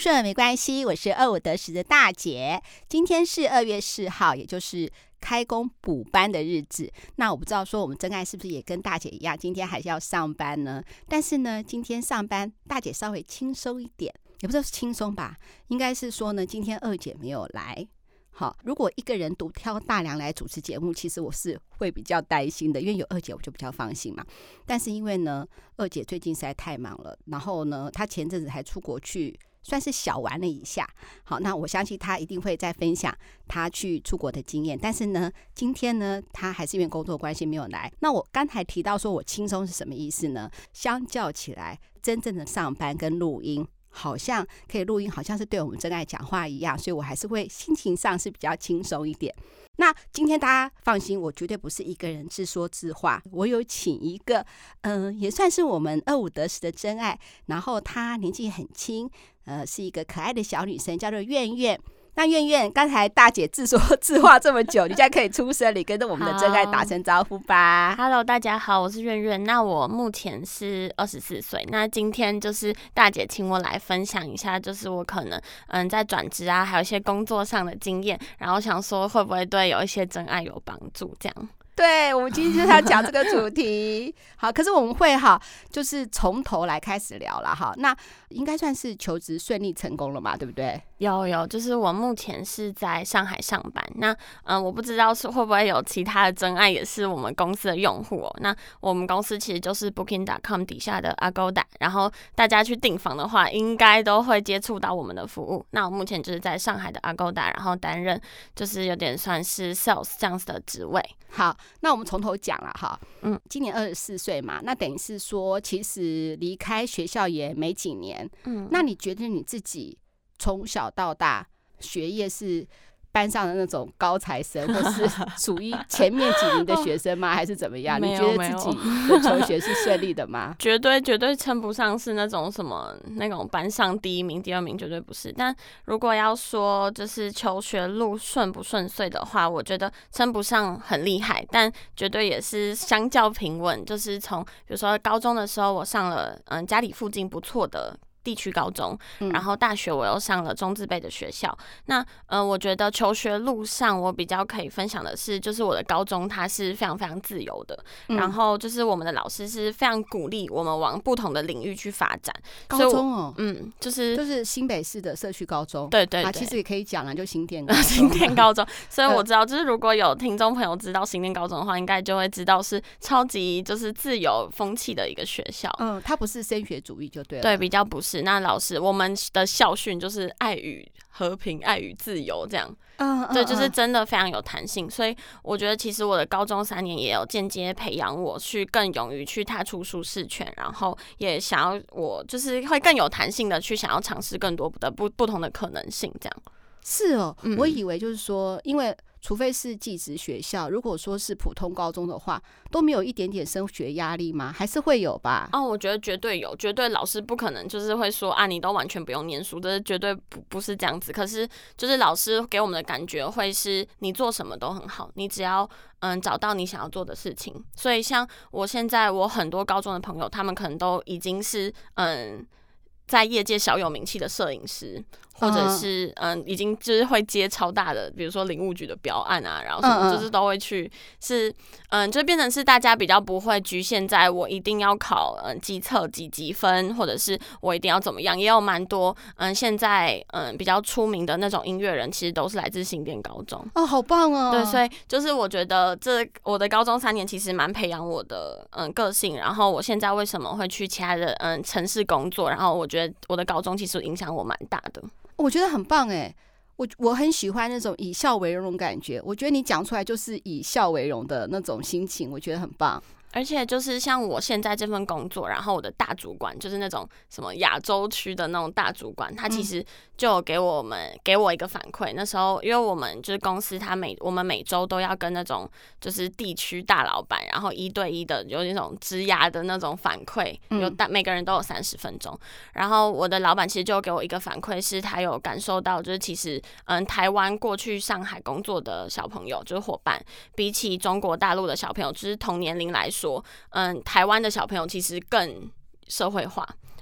顺没关系，我是25得10的大姐。今天是2月4号，也就是开工补班的日子。那我不知道说我们真爱是不是也跟大姐一样，今天还是要上班呢？但是呢，今天上班大姐稍微轻松一点，也不知道是轻松吧，应该是说呢，今天二姐没有来。好，如果一个人独挑大梁来主持节目，其实我是会比较担心的，因为有二姐我就比较放心嘛。但是因为呢，二姐最近实在太忙了，然后呢，她前阵子还出国去，算是小玩了一下。好，那我相信她一定会再分享她去出国的经验。但是呢，今天呢，她还是因为工作关系没有来。那我刚才提到说我轻松是什么意思呢？相较起来，真正的上班跟录音，好像可以录音，好像是对我们真爱讲话一样，所以我还是会心情上是比较轻松一点。那今天大家放心，我绝对不是一个人自说自话，我有请一个也算是我们25得10的真爱，然后她年纪很轻，是一个可爱的小女生，叫做苑苑。那苑苑，刚才大姐自说自话这么久，你现在可以出声，你跟着我们的真爱打声招呼吧。 Hello， 大家好，我是苑苑。那我目前是24岁。那今天就是大姐请我来分享一下，就是我可能在转职啊，还有一些工作上的经验，然后想说会不会对有一些真爱有帮助，这样。 对，我们今天就是要讲这个主题。好，可是我们会就是从头来开始聊了哈。那应该算是求职顺利成功了嘛，对不对？ 有，就是我目前是在上海上班。那我不知道是会不会有其他的真爱也是我们公司的用户哦。那我们公司其实就是 Booking.com 底下的 Agoda， 然后大家去订房的话，应该都会接触到我们的服务。那我目前就是在上海的 Agoda， 然后担任就是有点算是 sales 这样子的职位。 好，那我们从头讲了哈。今年24岁嘛，那等于是说，其实离开学校也没几年。那你觉得你自己从小到大学业是班上的那种高材生，或是属于前面几名的学生吗？还是怎么样？你觉得自己的求学是顺利的吗？ 绝对称不上是那种什么那种班上第1名、第2名，绝对不是。但如果要说就是求学路顺不顺遂的话，我觉得称不上很厉害，但绝对也是相较平稳。就是从比如说高中的时候，我上了家里附近不错的地区高中，然后大学我又上了中字辈的学校。那我觉得求学路上我比较可以分享的是，就是我的高中它是非常非常自由的，然后就是我们的老师是非常鼓励我们往不同的领域去发展。 高中哦，就是新北市的社区高中， 对， 其实也可以讲了，就新店高中。 新店高中，所以我知道，就是如果有听众朋友知道新店高中的话，应该就会知道是超级就是自由风气的一个学校。 它不是升学主义就对了。 对，比较不是。那老师，我们的校训就是爱与和平，爱与自由，这样。对，就是真的非常有弹性。所以我觉得，其实我的高中3年也有间接培养我去更勇于去踏出舒适圈，然后也想要我就是会更有弹性的去想要尝试更多的不同的可能性，这样。 是哦，我以为就是说，因为除非是技职学校，如果说是普通高中的话，都没有一点点升学压力吗？还是会有吧？ 我觉得绝对有，绝对老师不可能就是会说你都完全不用念书，这绝对不是这样子。可是就是老师给我们的感觉会是你做什么都很好，你只要找到你想要做的事情。所以像我现在我很多高中的朋友，他们可能都已经是在业界小有名气的摄影师，或者是已经就是会接超大的，比如说林务局的标案啊，然后什么就是都会去，是就变成是大家比较不会局限在我一定要考基测几分，或者是我一定要怎么样，也有蛮多现在比较出名的那种音乐人，其实都是来自新店高中。 好棒哦！ 对，所以就是我觉得我的高中3年其实蛮培养我的个性，然后我现在为什么会去其他的城市工作，然后我觉得我的高中其实影响我蛮大的。 我觉得很棒哎，我很喜欢那种以笑为荣的感觉。我觉得你讲出来就是以笑为荣的那种心情，我觉得很棒。 而且就是像我现在这份工作，然后我的大主管就是那种什么亚洲区的那种大主管，他其实就有给我一个反馈。那时候因为我们就是公司，我们每周都要跟那种就是地区大老板，然后1对1的有那种职涯的那种反馈，每个人都有30分钟。然后我的老板其实就给我一个反馈，是他有感受到，就是其实台湾过去上海工作的小朋友，就是伙伴，比起中国大陆的小朋友，就是同年龄来说，台湾的小朋友其实更社会化，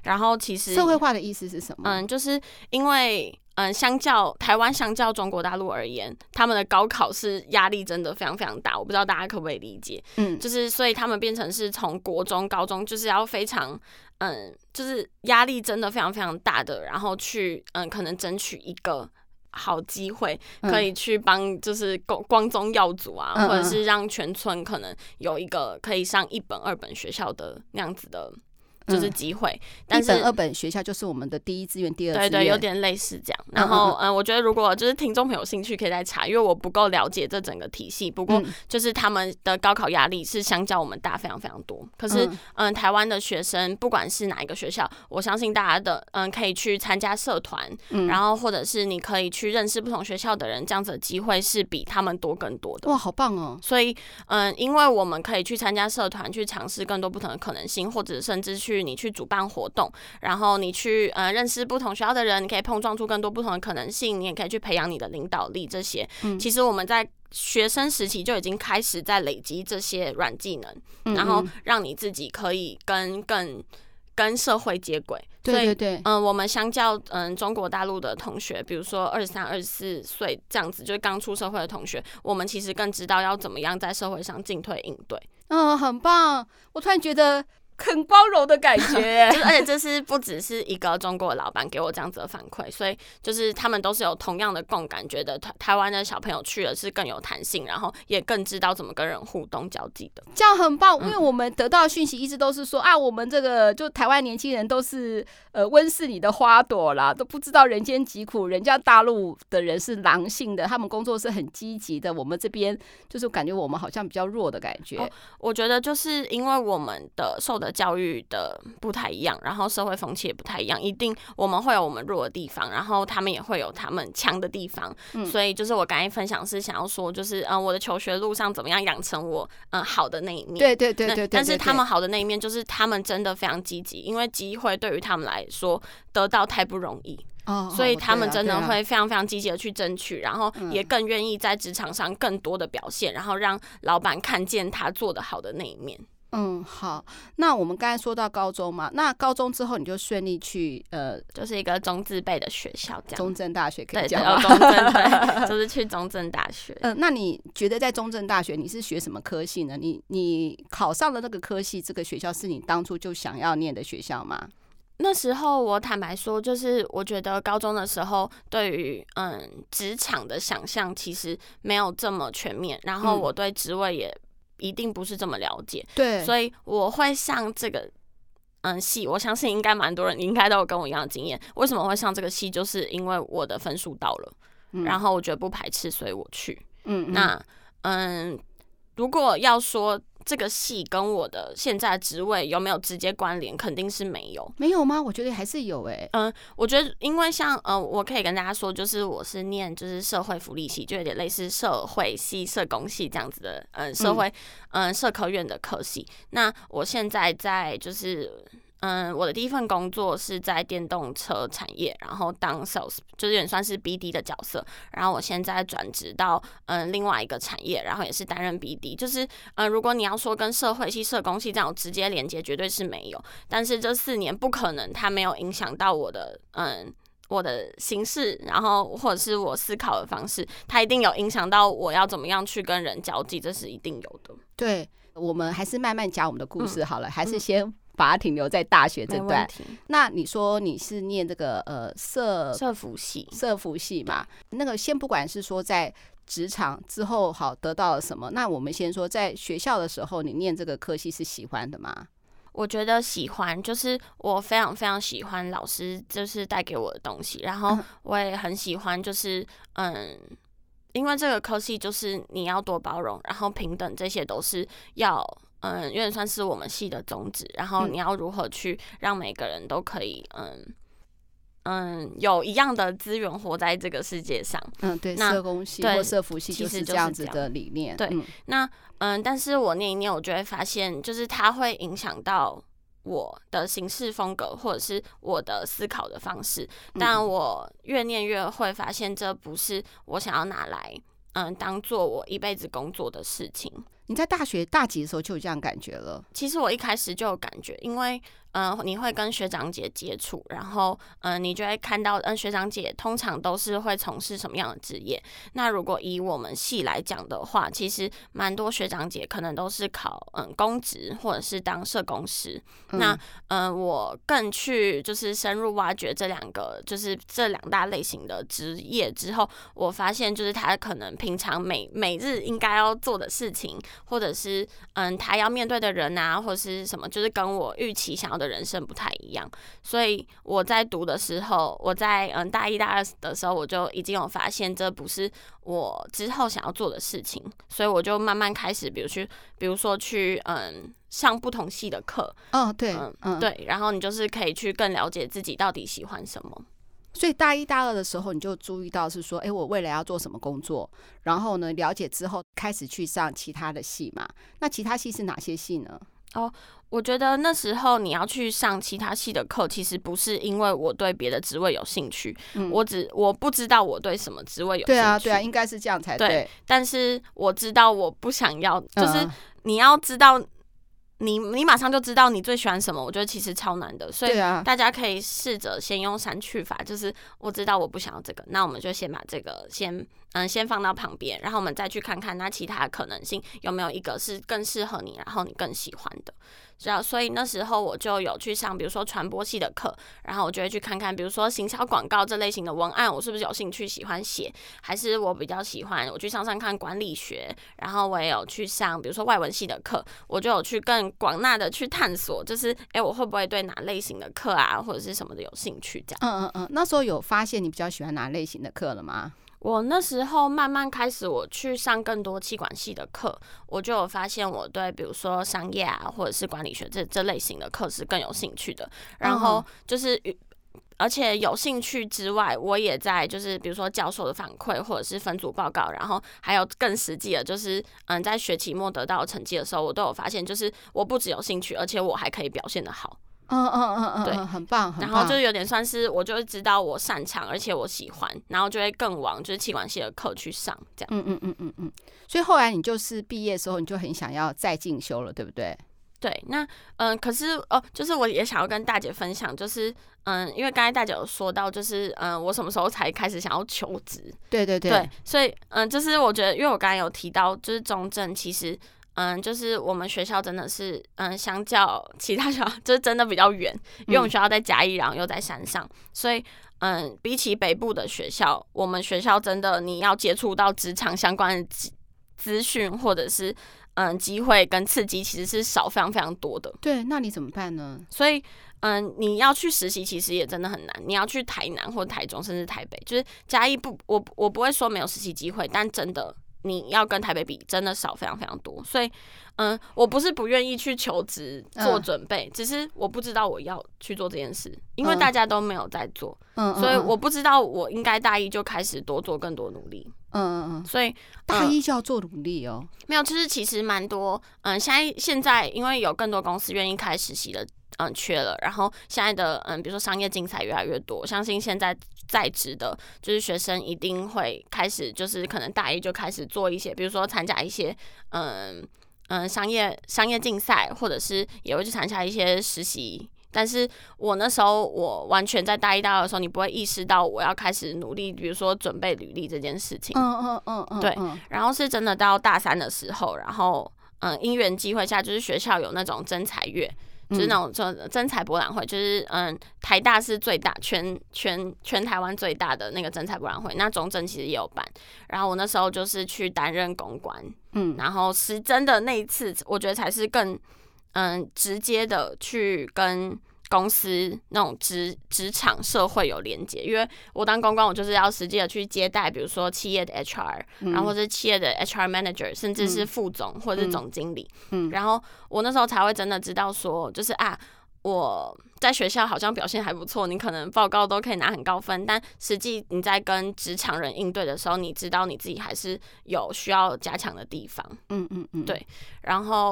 然后其实社会化的意思是什么？ 就是因为台湾相较中国大陆而言，他们的高考是压力真的非常非常大，我不知道大家可不可以理解。就是所以他们变成是从国中、高中就是要非常就是压力真的非常非常大的，然后去可能争取一个好机会，可以去帮就是光宗耀祖啊，或者是让全村可能有一个可以上1本2本学校的那样子的。就是机会，但是 1本2本学校就是我们的第一志愿、第二志愿， 对，有点类似这样。然后我觉得如果就是听众朋友有兴趣可以再查，因为我不够了解这整个体系。不过就是他们的高考压力是相较我们大非常非常多。可是台湾的学生不管是哪一个学校，我相信大家的可以去参加社团，然后或者是你可以去认识不同学校的人，这样子的机会是比他们多更多的。 哇，好棒哦！ 所以因为我们可以去参加社团，去尝试更多不同的可能性，或者甚至你去主办活动，然后你去认识不同学校的人，你可以碰撞出更多不同的可能性，你也可以去培养你的领导力。这些其实我们在学生时期就已经开始在累积这些软技能，然后让你自己可以跟社会接轨。 对对对， 我们相较中国大陆的同学，比如说23、24岁这样子，就是刚出社会的同学，我们其实更知道要怎么样在社会上进退应对。 很棒！我突然觉得很包容的感觉而且这是不只是一个中国的老板给我这样子的反馈，所以就是他们都是有同样的共感，觉得台湾的小朋友去了是更有弹性，然后也更知道怎么跟人互动交际的。 这样很棒，因为我们得到的讯息一直都是说我们这个就台湾年轻人都是温室里的花朵啦，都不知道人间疾苦。人家大陆的人是狼性的，他们工作是很积极的，我们这边就是感觉我们好像比较弱的感觉。 我觉得就是因为我们的受的教育的不太一样，然后社会风气也不太一样，一定我们会有我们弱的地方，然后他们也会有他们强的地方。所以就是我刚才分享是想要说，就是我的求学路上怎么样养成我好的那一面。 对对对对对。 但是他们好的那一面就是他们真的非常积极，因为机会对于他们来说得到太不容易。所以他们真的会非常非常积极的去争取，然后也更愿意在职场上更多的表现，然后让老板看见他做的好的那一面。 好，那我们刚才说到高中嘛，那高中之后你就顺利去就是一个中字辈的学校，这样。 中正大学可以对， 讲吗？ 中正对，就是去中正大学。 那你觉得在中正大学你是学什么科系呢？你考上了那个科系，这个学校是你当初就想要念的学校吗？ 那时候我坦白说，就是我觉得高中的时候对于职场的想象其实没有这么全面，然后我对职位也一定不是这么了解。 对， 所以我会上这个系，我相信应该蛮多人应该都有跟我一样的经验。为什么会上这个系，就是因为我的分数到了，然后我觉得不排斥，所以我去。那如果要说这个系跟我的现在的职位有没有直接关联，肯定是没有。 没有吗？我觉得还是有我觉得因为像我可以跟大家说，就是我是念就是社会福利系，就有点类似社会系、社工系这样子的社会社科院的科系。那我现在在就是我的第一份工作是在电动车产业，然后当 sales， 就是有点算是 BD 的角色。然后我现在转职到另外一个产业，然后也是担任 BD。就是如果你要说跟社会系、社工系这样有直接连接，绝对是没有。但是这4年不可能，它没有影响到我的形式，然后或者是我思考的方式，它一定有影响到我要怎么样去跟人交际，这是一定有的。 对，我们还是慢慢讲我们的故事好了，还是先把它停留在大学这段。那你说你是念这个社福系嘛？那个先不管是说在职场之后好得到了什么，那我们先说在学校的时候，你念这个科系是喜欢的吗？ 我觉得喜欢，就是我非常非常喜欢老师就是带给我的东西，然后我也很喜欢就是因为这个科系就是你要多包容，然后平等，这些都是要有点算是我们系的宗旨。然后你要如何去让每个人都可以有一样的资源活在这个世界上。 对，社工系或社福系就是这样子的理念。 对，那但是我念一念，我就会发现，就是它会影响到我的行事风格或者是我的思考的方式。但我越念越会发现，这不是我想要拿来当做我一辈子工作的事情。 你在大学大几的时候就有这样感觉了？ 其实我一开始就有感觉，因为你会跟学长姐接触，然后你就会看到学长姐通常都是会从事什么样的职业。那如果以我们系来讲的话，其实蛮多学长姐可能都是考公职或者是当社工师。那我更去就是深入挖掘这两大类型的职业之后，我发现就是他可能平常每日应该要做的事情，或者是他要面对的人啊，或者是什么，就是跟我预期想要的人生不太一样。所以我在读的时候，我在大一大二的时候，我就已经有发现这不是我之后想要做的事情，所以我就慢慢开始，比如说去上不同系的课。 对， 对，然后你就是可以去更了解自己到底喜欢什么。 所以大一大二的时候，你就注意到是说，我未来要做什么工作，然后呢，了解之后开始去上其他的系嘛。那其他系是哪些系呢？ 我觉得那时候你要去上其他系的课，其实不是因为我对别的职位有兴趣，我不知道我对什么职位有兴趣。 对啊，应该是这样才对。 但是我知道我不想要，就是你要知道。你马上就知道你最喜欢什么，我觉得其实超难的，所以大家可以试着先用删去法，就是我知道我不想要这个，那我们就先把这个先放到旁边，然后我们再去看看那其他的可能性有没有一个是更适合你，然后你更喜欢的。所以那时候我就有去上比如说传播系的课，然后我就会去看看比如说行销广告这类型的文案，我是不是有兴趣喜欢写，还是我比较喜欢我去上看管理学，然后我也有去上比如说外文系的课，我就有去更广纳的去探索，就是我会不会对哪类型的课啊或者是什么的有兴趣这样。 那时候有发现你比较喜欢哪类型的课了吗？ 我那时候慢慢开始，我去上更多企管系的课，我就有发现我对比如说商业啊，或者是管理学这类型的课是更有兴趣的。然后就是而且有兴趣之外，我也在就是比如说教授的反馈或者是分组报告，然后还有更实际的，就是在学期末得到成绩的时候，我都有发现，就是我不只有兴趣，而且我还可以表现得好。 对，很棒， 然后就有点算是我就会知道我擅长，而且我喜欢，然后就会更往就是企管系的课去上，这样。 所以后来你就是毕业的时候，你就很想要再进修了，对不对？ 对，那可是就是我也想要跟大姐分享，就是因为刚才大姐有说到，就是我什么时候才开始想要求职？ 对， 所以就是我觉得，因为我刚才有提到，就是中正其实。就是我们学校真的是，相较其他学校，就是真的比较远，因为我们学校在嘉义，然后又在山上，所以，比起北部的学校，我们学校真的你要接触到职场相关的资讯或者是机会跟刺激，其实是少非常非常多的。 对，那你怎么办呢？ 所以，你要去实习，其实也真的很难。你要去台南或台中，甚至台北，就是嘉义我不会说没有实习机会，但真的。你要跟台北比，真的少非常非常多，所以，我不是不愿意去求职做准备，只是我不知道我要去做这件事，因为大家都没有在做，所以我不知道我应该大一就开始多做更多努力，所以大一就要做努力哦。 没有，就是其实蛮多，现在因为有更多公司愿意开实习的。缺了，然后现在的比如说商业竞赛越来越多，我相信现在在职的，就是学生一定会开始，就是可能大一就开始做一些，比如说参加一些商业竞赛，或者是也会去参加一些实习。但是我那时候我完全在大一大二的时候，你不会意识到我要开始努力，比如说准备履历这件事情。对，然后是真的到大三的时候，然后因缘机会下，就是学校有那种征才月。就是那种征才博览会，就是台大是最大全台湾最大的那个征才博览会，那中正其实也有办，然后我那时候就是去担任公关，然后实真的那一次，我觉得才是更直接的去跟公司那种职场社会有连接，因为我当公关，我就是要实际的去接待，比如说企业的 HR，然后或是企业的 HR manager， 甚至是副总或者是总经理，然后我那时候才会真的知道说，就是我在学校好像表现还不错，你可能报告都可以拿很高分，但实际你在跟职场人应对的时候，你知道你自己还是有需要加强的地方，对，然后。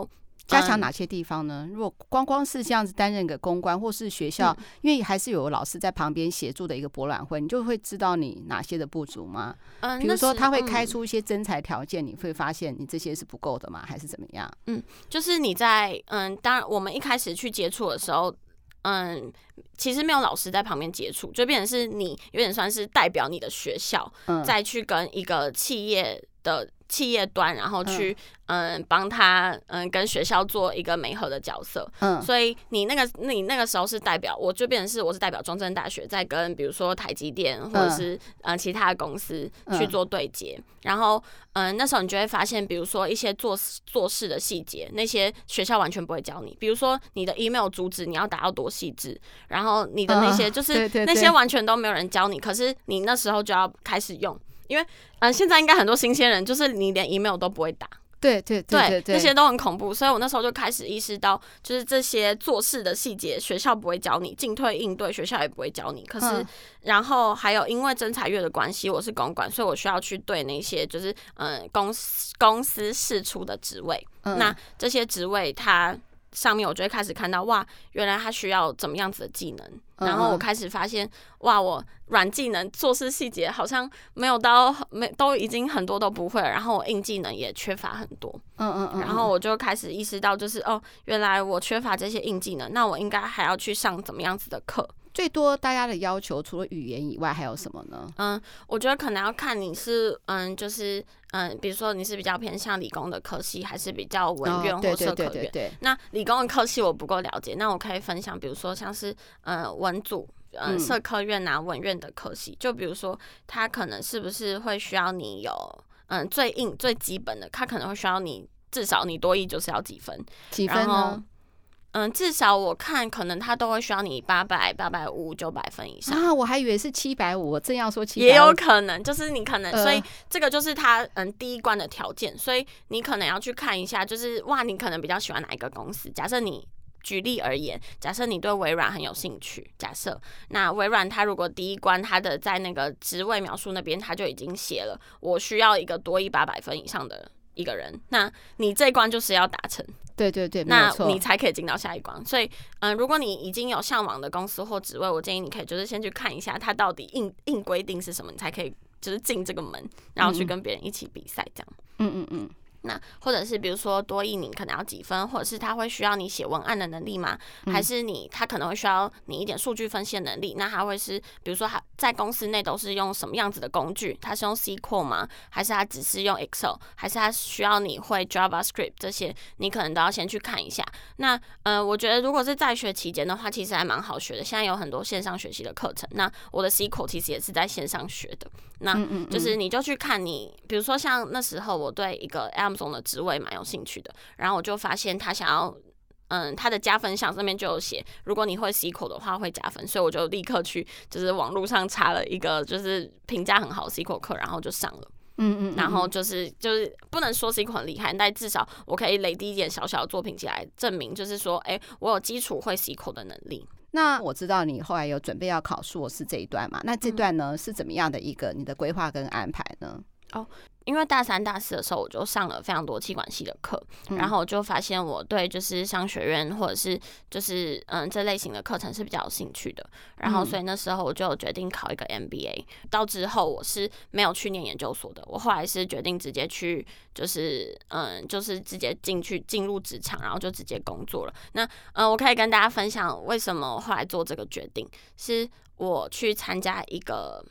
加强哪些地方呢？如果光是这样子担任个公关，或是学校，因为还是有老师在旁边协助的一个博览会，你就会知道你哪些的不足吗？比如说他会开出一些征才条件，你会发现你这些是不够的吗？还是怎么样？ 就是你在当然我们一开始去接触的时候，其实没有老师在旁边接触，就变成是你有点算是代表你的学校，再去跟一个企业端，然后去帮他跟学校做一个媒合的角色，所以你那个时候是代表，我就变成是我是代表中正大学，在跟比如说台积电或者是其他的公司去做对接，然后那时候你就会发现，比如说一些做事的细节，那些学校完全不会教你，比如说你的 email 主旨你要打到多细致，然后你的那些就是那些完全都没有人教你，可是你那时候就要开始用。因为现在应该很多新鲜人就是你连 email 都不会打，对，那些都很恐怖，所以我那时候就开始意识到，就是这些做事的细节学校不会教你，进退应对学校也不会教你。可是，然后还有因为征才月的关系，我是公关，所以我需要去对那些就是公司释出的职位，那这些职位它上面我就会开始看到，哇，原来他需要怎么样子的技能，然后我开始发现，哇，我软技能做事细节好像都已经很多都不会了，然后我硬技能也缺乏很多，然后我就开始意识到，就是原来我缺乏这些硬技能，那我应该还要去上怎么样子的课。 最多大家的要求除了语言以外还有什么呢？ 我觉得可能要看你是就是比如说你是比较偏向理工的科系，还是比较文院或社科院。那理工的科系我不够了解，那我可以分享，比如说像是文组。社科院啊，文院的科系，就比如说，它可能是不是会需要你有最硬最基本的，它可能会需要你至少你多益就是要几分呢？ 至少我看可能他都会需要你800、850、900分以上啊！我还以为是750，我正要说750， 也有可能，就是你可能，所以这个就是他第一关的条件，所以你可能要去看一下，就是哇，你可能比较喜欢哪一个公司？假设你。举例而言，假设你对微软很有兴趣，那微软它如果第一关它的在那个职位描述那边，它就已经写了我需要一个多益800分以上的一个人，那你这一关就是要达成， 对， 那你才可以进到下一关。所以，如果你已经有向往的公司或职位，我建议你可以就是先去看一下它到底硬规定是什么，你才可以就是进这个门，然后去跟别人一起比赛这样。那或者是比如说多益你可能要几分，或者是他会需要你写文案的能力吗？还是他可能会需要你一点数据分析的能力？那他会是比如说他在公司内都是用什么样子的工具？他是用 SQL 吗？还是他只是用 Excel？ 还是他需要你会 JavaScript 这些？你可能都要先去看一下。那我觉得如果是在学期间的话，其实还蛮好学的。现在有很多线上学习的课程。那我的 SQL 其实也是在线上学的。那就是你就去看你，比如说像那时候我对一个 Amazon 的职位蛮有兴趣的，然后我就发现他想要，他的加分项上面就有写，如果你会 SQL 的话会加分，所以我就立刻去就是网络上查了一个就是评价很好的 SQL 课，然后就上了。然后就是不能说 SQL 很厉害，但至少我可以累积一点小小的作品起来，证明就是说，我有基础会 SQL 的能力。 那我知道你后来有准备要考硕士这一段嘛？那这段呢是怎么样的一个你的规划跟安排呢？ 因为大3、大4的时候我就上了非常多企管系的课，然后我就发现我对就是商学院或者是就是这类型的课程是比较有兴趣的，然后所以那时候我就决定考一个 MBA。到之后我是没有去念研究所的，我后来是决定直接去就是直接进入职场，然后就直接工作了。那我可以跟大家分享为什么我后来做这个决定，是我去参加一个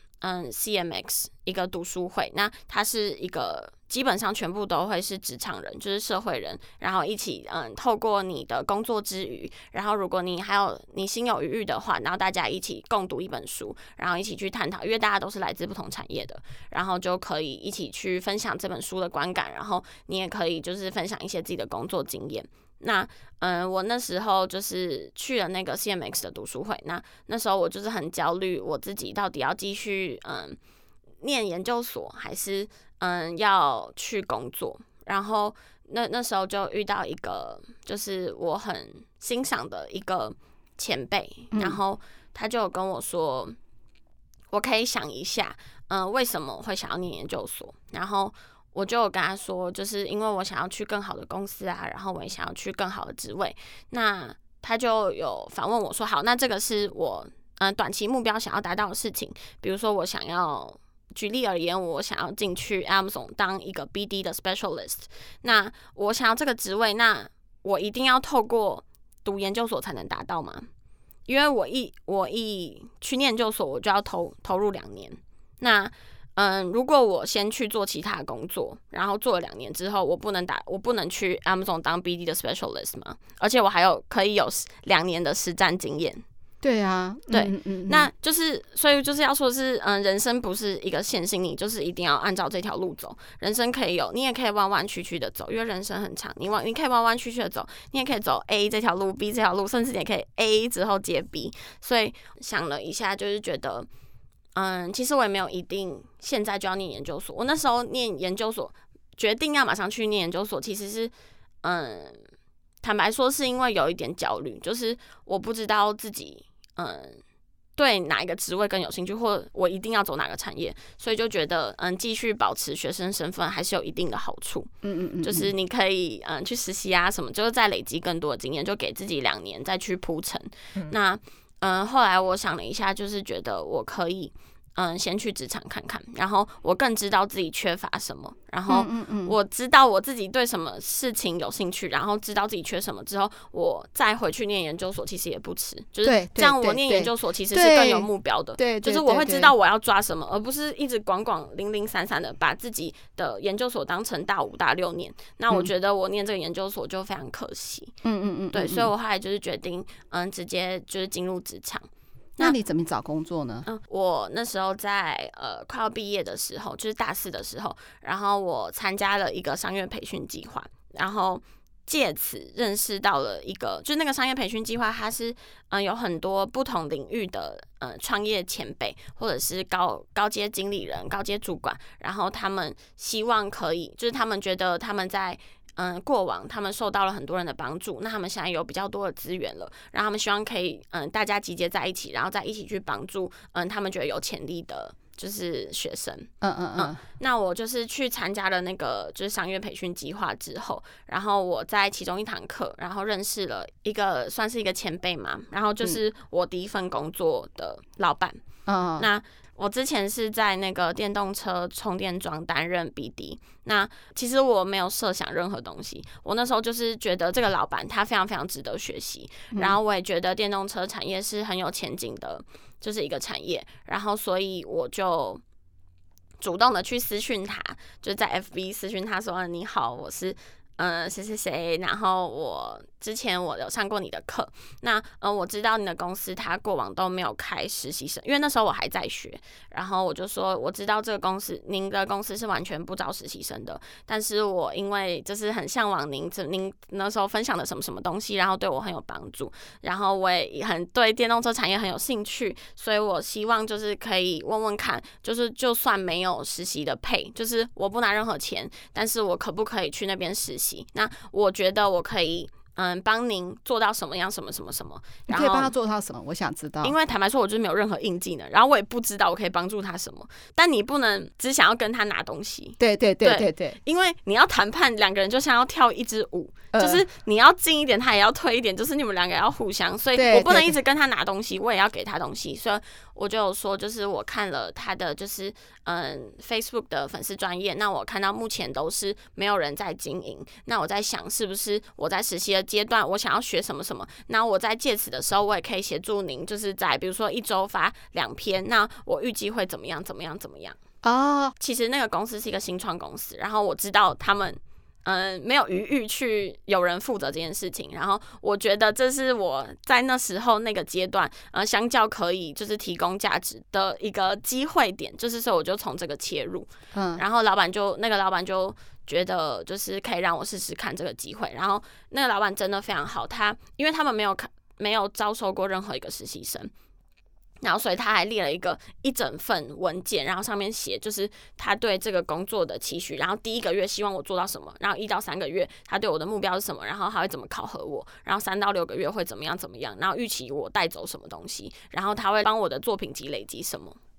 CMX 一个读书会，那它是一个基本上全部都会是职场人，就是社会人，然后一起透过你的工作之余，然后如果你还有你心有余裕的话，然后大家一起共读一本书，然后一起去探讨，因为大家都是来自不同产业的，然后就可以一起去分享这本书的观感，然后你也可以就是分享一些自己的工作经验。那我那时候就是去了那个 CMX 的读书会，那时候我就是很焦虑，我自己到底要继续念研究所，还是要去工作。然后那时候就遇到一个就是我很欣赏的一个前辈，然后他就有跟我说，我可以想一下，为什么我会想要念研究所，然后我就有跟他说，就是因为我想要去更好的公司啊，然后我也想要去更好的职位。那他就有反问我说，好，那这个是我短期目标想要达到的事情，比如说我想要。举例而言，我想要进去 Amazon 当一个 BD 的 specialist， 那我想要这个职位，那我一定要透过读研究所才能达到吗？因为我一去念研究所，我就要投入2年。那如果我先去做其他的工作，然后做了2年之后，我不能去 Amazon 当 BD 的 specialist 吗？而且我还可以有2年的实战经验。 对啊， 对，那就是所以就是要说的是，人生不是一个线性，你就是一定要按照这条路走。人生你也可以弯弯曲曲的走，因为人生很长，你可以弯弯曲曲的走，你也可以走 A 这条路 ，B 这条路，甚至你也可以 A 之后接 B。所以想了一下，就是觉得，其实我也没有一定现在就要念研究所。我那时候念研究所，决定要马上去念研究所，其实是，坦白说是因为有一点焦虑，就是我不知道自己。对哪一个职位更有兴趣，或我一定要走哪个产业，所以就觉得继续保持学生身份还是有一定的好处。就是你可以去实习啊什么，就是再累积更多的经验，就给自己2年再去铺陈。那后来我想了一下，就是觉得我可以先去职场看看，然后我更知道自己缺乏什么，然后我知道我自己对什么事情有兴趣，然后知道自己缺什么之后，我再回去念研究所其实也不迟，就是这样我念研究所其实是更有目标的，就是我会知道我要抓什么，而不是一直零零散散的把自己的研究所当成大5大6年，那我觉得我念这个研究所就非常可惜。对，所以我后来就是决定直接就是进入职场。 那你怎么找工作呢？ 我那时候在快要毕业的时候，就是大4的时候，然后我参加了一个商业培训计划，然后借此认识到了一个，就是那个商业培训计划，它是有很多不同领域的创业前辈，或者是高阶经理人、高阶主管，然后他们希望可以，就是他们觉得他们在过往他们受到了很多人的帮助，那他们现在有比较多的资源了，然后他们希望可以大家集结在一起，然后再一起去帮助他们觉得有潜力的就是学生。那我就是去参加了那个就是商业培训计划之后，然后我在其中一堂课，然后认识了算是一个前辈嘛，然后就是我第一份工作的老板。那我之前是在那个电动车充电桩担任 BD， 那其实我没有设想任何东西，我那时候就是觉得这个老板他非常非常值得学习，然后我也觉得电动车产业是很有前景的，就是一个产业，然后所以我就主动的去私讯他，就在 FB 私讯他说你好，我是谁谁谁，然后之前我有上过你的课，那我知道你的公司他过往都没有开实习生，因为那时候我还在学，然后我就说我知道这个公司您的公司是完全不招实习生的，但是我因为就是很向往您那时候分享的什么什么东西，然后对我很有帮助，然后我也很对电动车产业很有兴趣，所以我希望就是可以问问看，就是就算没有实习的pay，就是我不拿任何钱，但是我可不可以去那边实习？那我觉得我可以帮您做到什么样什么什么什么， 你可以帮他做到什么？我想知道。 因为坦白说，我就是没有任何硬技能，然后我也不知道我可以帮助他什么。但你不能只想要跟他拿东西。 对， 因为你要谈判，2个人就像要跳一支舞，就是你要进一点，他也要退一点，就是你们2个要互相，所以我不能一直跟他拿东西，我也要给他东西。所以我就有说，就是我看了他的就是Facebook 的粉丝专页，那我看到目前都是没有人在经营，那我在想是不是我在实习的阶段，我想要学什么什么，那我在借此的时候，我也可以协助您，就是在比如说1周发2篇，那我预计会怎么样。其实那个公司是一个新创公司，然后我知道他们没有余裕去有人负责这件事情，然后我觉得这是我在那时候那个阶段相较可以就是提供价值的一个机会点，就是所以我就从这个切入，然后那个老板就觉得就是可以让我试试看这个机会，然后那个老板真的非常好，因为他们没有招收过任何一个实习生。然后，所以他还列了一整份文件，然后上面写就是他对这个工作的期许，然后第1个月希望我做到什么，然后1到3个月他对我的目标是什么，然后他会怎么考核我，然后3到6个月会怎么样，然后预期我带走什么东西，然后他会帮我的作品集累积什么。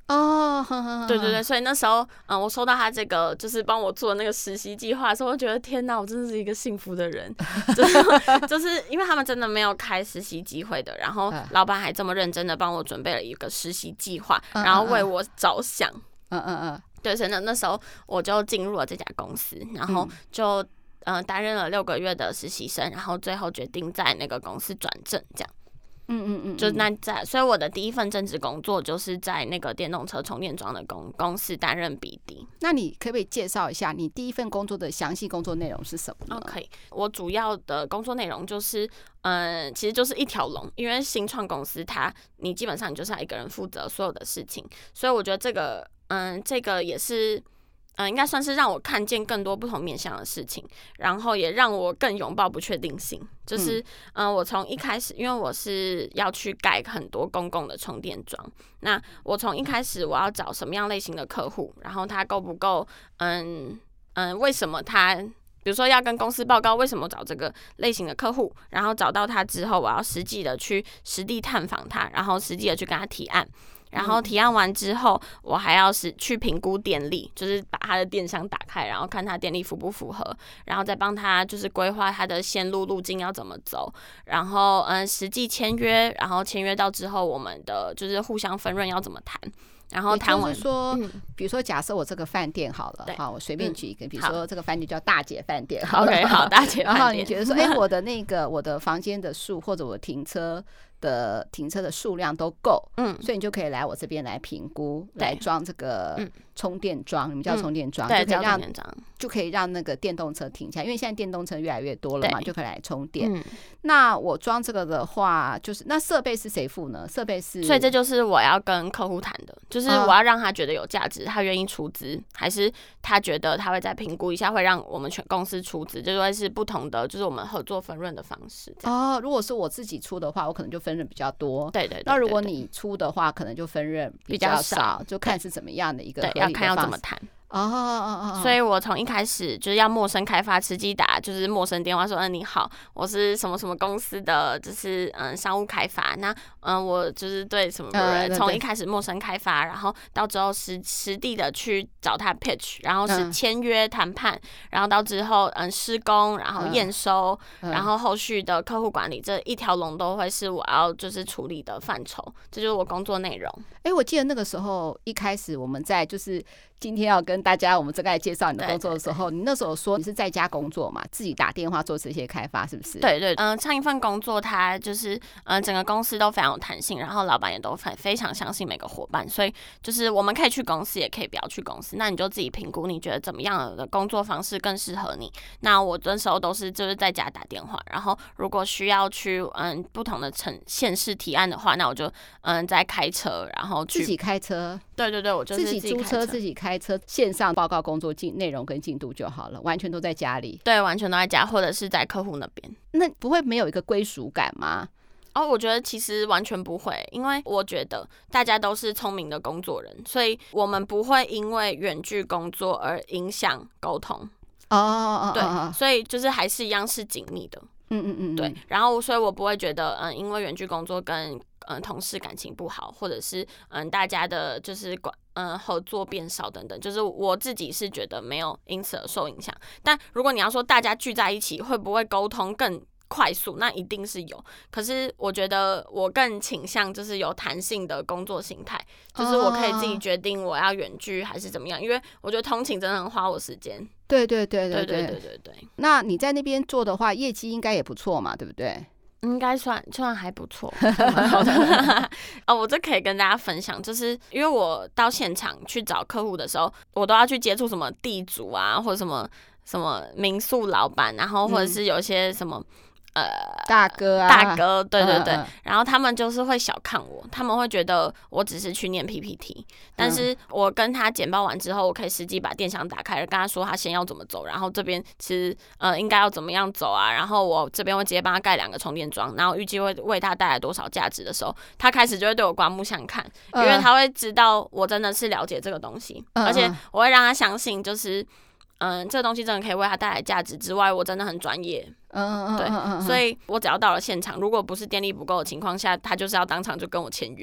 哦， 对对对，所以那时候，我收到他这个就是帮我做那个实习计划的时候，我觉得天哪，我真的是一个幸福的人，就是因为他们真的没有开实习机会的，然后老板还这么认真的帮我准备了一个实习计划，然后为我着想，对，所以那时候我就进入了这家公司，然后就担任了6个月的实习生，然后最后决定在那个公司转正，这样。就那所以我的第一份正职工作就是在那个电动车充电桩的公司担任 BD。 那你可不可以介绍一下你第一份工作的详细工作内容是什么呢？ 可以，我主要的工作内容就是，其实就是一条龙，因为新创公司你基本上你就是要一个人负责所有的事情，所以我觉得这个也是。应该算是让我看见更多不同面向的事情，然后也让我更拥抱不确定性。就是，我从一开始，因为我是要去盖很多公共的充电桩，那我从一开始我要找什么样类型的客户，然后他够不够，为什么他，比如说要跟公司报告为什么找这个类型的客户，然后找到他之后，我要实际的去实地探访他，然后实际的去跟他提案。然后提案完之后，我还要去评估电力，就是把他的电箱打开，然后看他电力符不符合，然后再帮他就是规划他的线路径要怎么走，然后实际签约，然后签约到之后，我们的就是互相分润要怎么谈。然后谈完， 就是说，比如说，假设我这个饭店好了，好，我随便举一个，比如说这个饭店叫大姐饭店，好了， OK， 好，大姐饭店。 然后你觉得说，我的房间的数或者我停车的数量都够，所以你就可以来我这边来评估，来装这个充电桩，你们叫充电桩， 对， 就可以让那个电动车停下来，因为现在电动车越来越多了嘛，就可以来充电。那我装这个的话，就是那设备是谁付呢？设备是， 所以这就是我要跟客户谈的，就是我要让他觉得有价值，他愿意出资，还是他觉得他会再评估一下，会让我们全公司出资，就会是不同的，就是我们合作分润的方式。如果是我自己出的话，我可能就分润比较多。 对对。 那如果你出的话，可能就分润比较少，就看是怎么样的一个合理的方式， 要看要怎么谈。所以我从一开始就是要陌生开发，实际打就是陌生电话说，你好，我是什么什么公司的，就是商务开发，那我就是对什么人，从一开始陌生开发，然后到之后实地的去找他 pitch， 然后是签约谈判，然后到之后施工，然后验收，然后后续的客户管理，这一条龙都会是我要就是处理的范畴，这就是我工作内容。 我记得那个时候一开始我们在就是今天要跟大家我们正在介绍你的工作的时候，你那时候说你是在家工作嘛，自己打电话做这些开发，是不是？ 对对，上一份工作它就是整个公司都非常有弹性，然后老板也都非常相信每个伙伴，所以就是我们可以去公司，也可以不要去公司，那你就自己评估你觉得怎么样的工作方式更适合你。那我那时候都是就是在家打电话，然后如果需要去不同的县市提案的话，那我就再开车，然后去自己开车。 对对对，我就是自己租车，自己开车，线上报告工作内容跟进度就好了，完全都在家里。 对，完全都在家，或者是在客户那边。 那不会没有一个归属感吗？ 我觉得其实完全不会，因为我觉得大家都是聪明的工作人，所以我们不会因为远距工作而影响沟通。对，所以就是还是一样是紧密的。对，然后所以我不会觉得因为远距工作跟同事感情不好，或者是大家的就是合作变少等等，就是我自己是觉得没有因此而受影响。但如果你要说大家聚在一起会不会沟通更快速，那一定是有。可是我觉得我更倾向就是有弹性的工作形态，就是我可以自己决定我要远距还是怎么样，因为我觉得通勤真的很花我时间。 对。那你在那边做的话，业绩应该也不错嘛，对不对？ 应该算还不错。我这可以跟大家分享，就是因为我到现场去找客户的时候，我都要去接触什么地主啊，或者什么民宿老板，然后或者是有一些什么大哥， 对，然后他们就是会小看我，他们会觉得我只是去念 PPT， 但是我跟他简报完之后，我可以实际把电箱打开，跟他说他先要怎么走，然后这边其实应该要怎么样走啊，然后我这边会直接帮他盖2个充电桩，然后预计会为他带来多少价值的时候，他开始就会对我刮目相看，因为他会知道我真的是了解这个东西，而且我会让他相信就是这个东西真的可以为他带来价值之外，我真的很专业。对，所以我只要到了现场，如果不是电力不够的情况下，他就是要当场就跟我签约。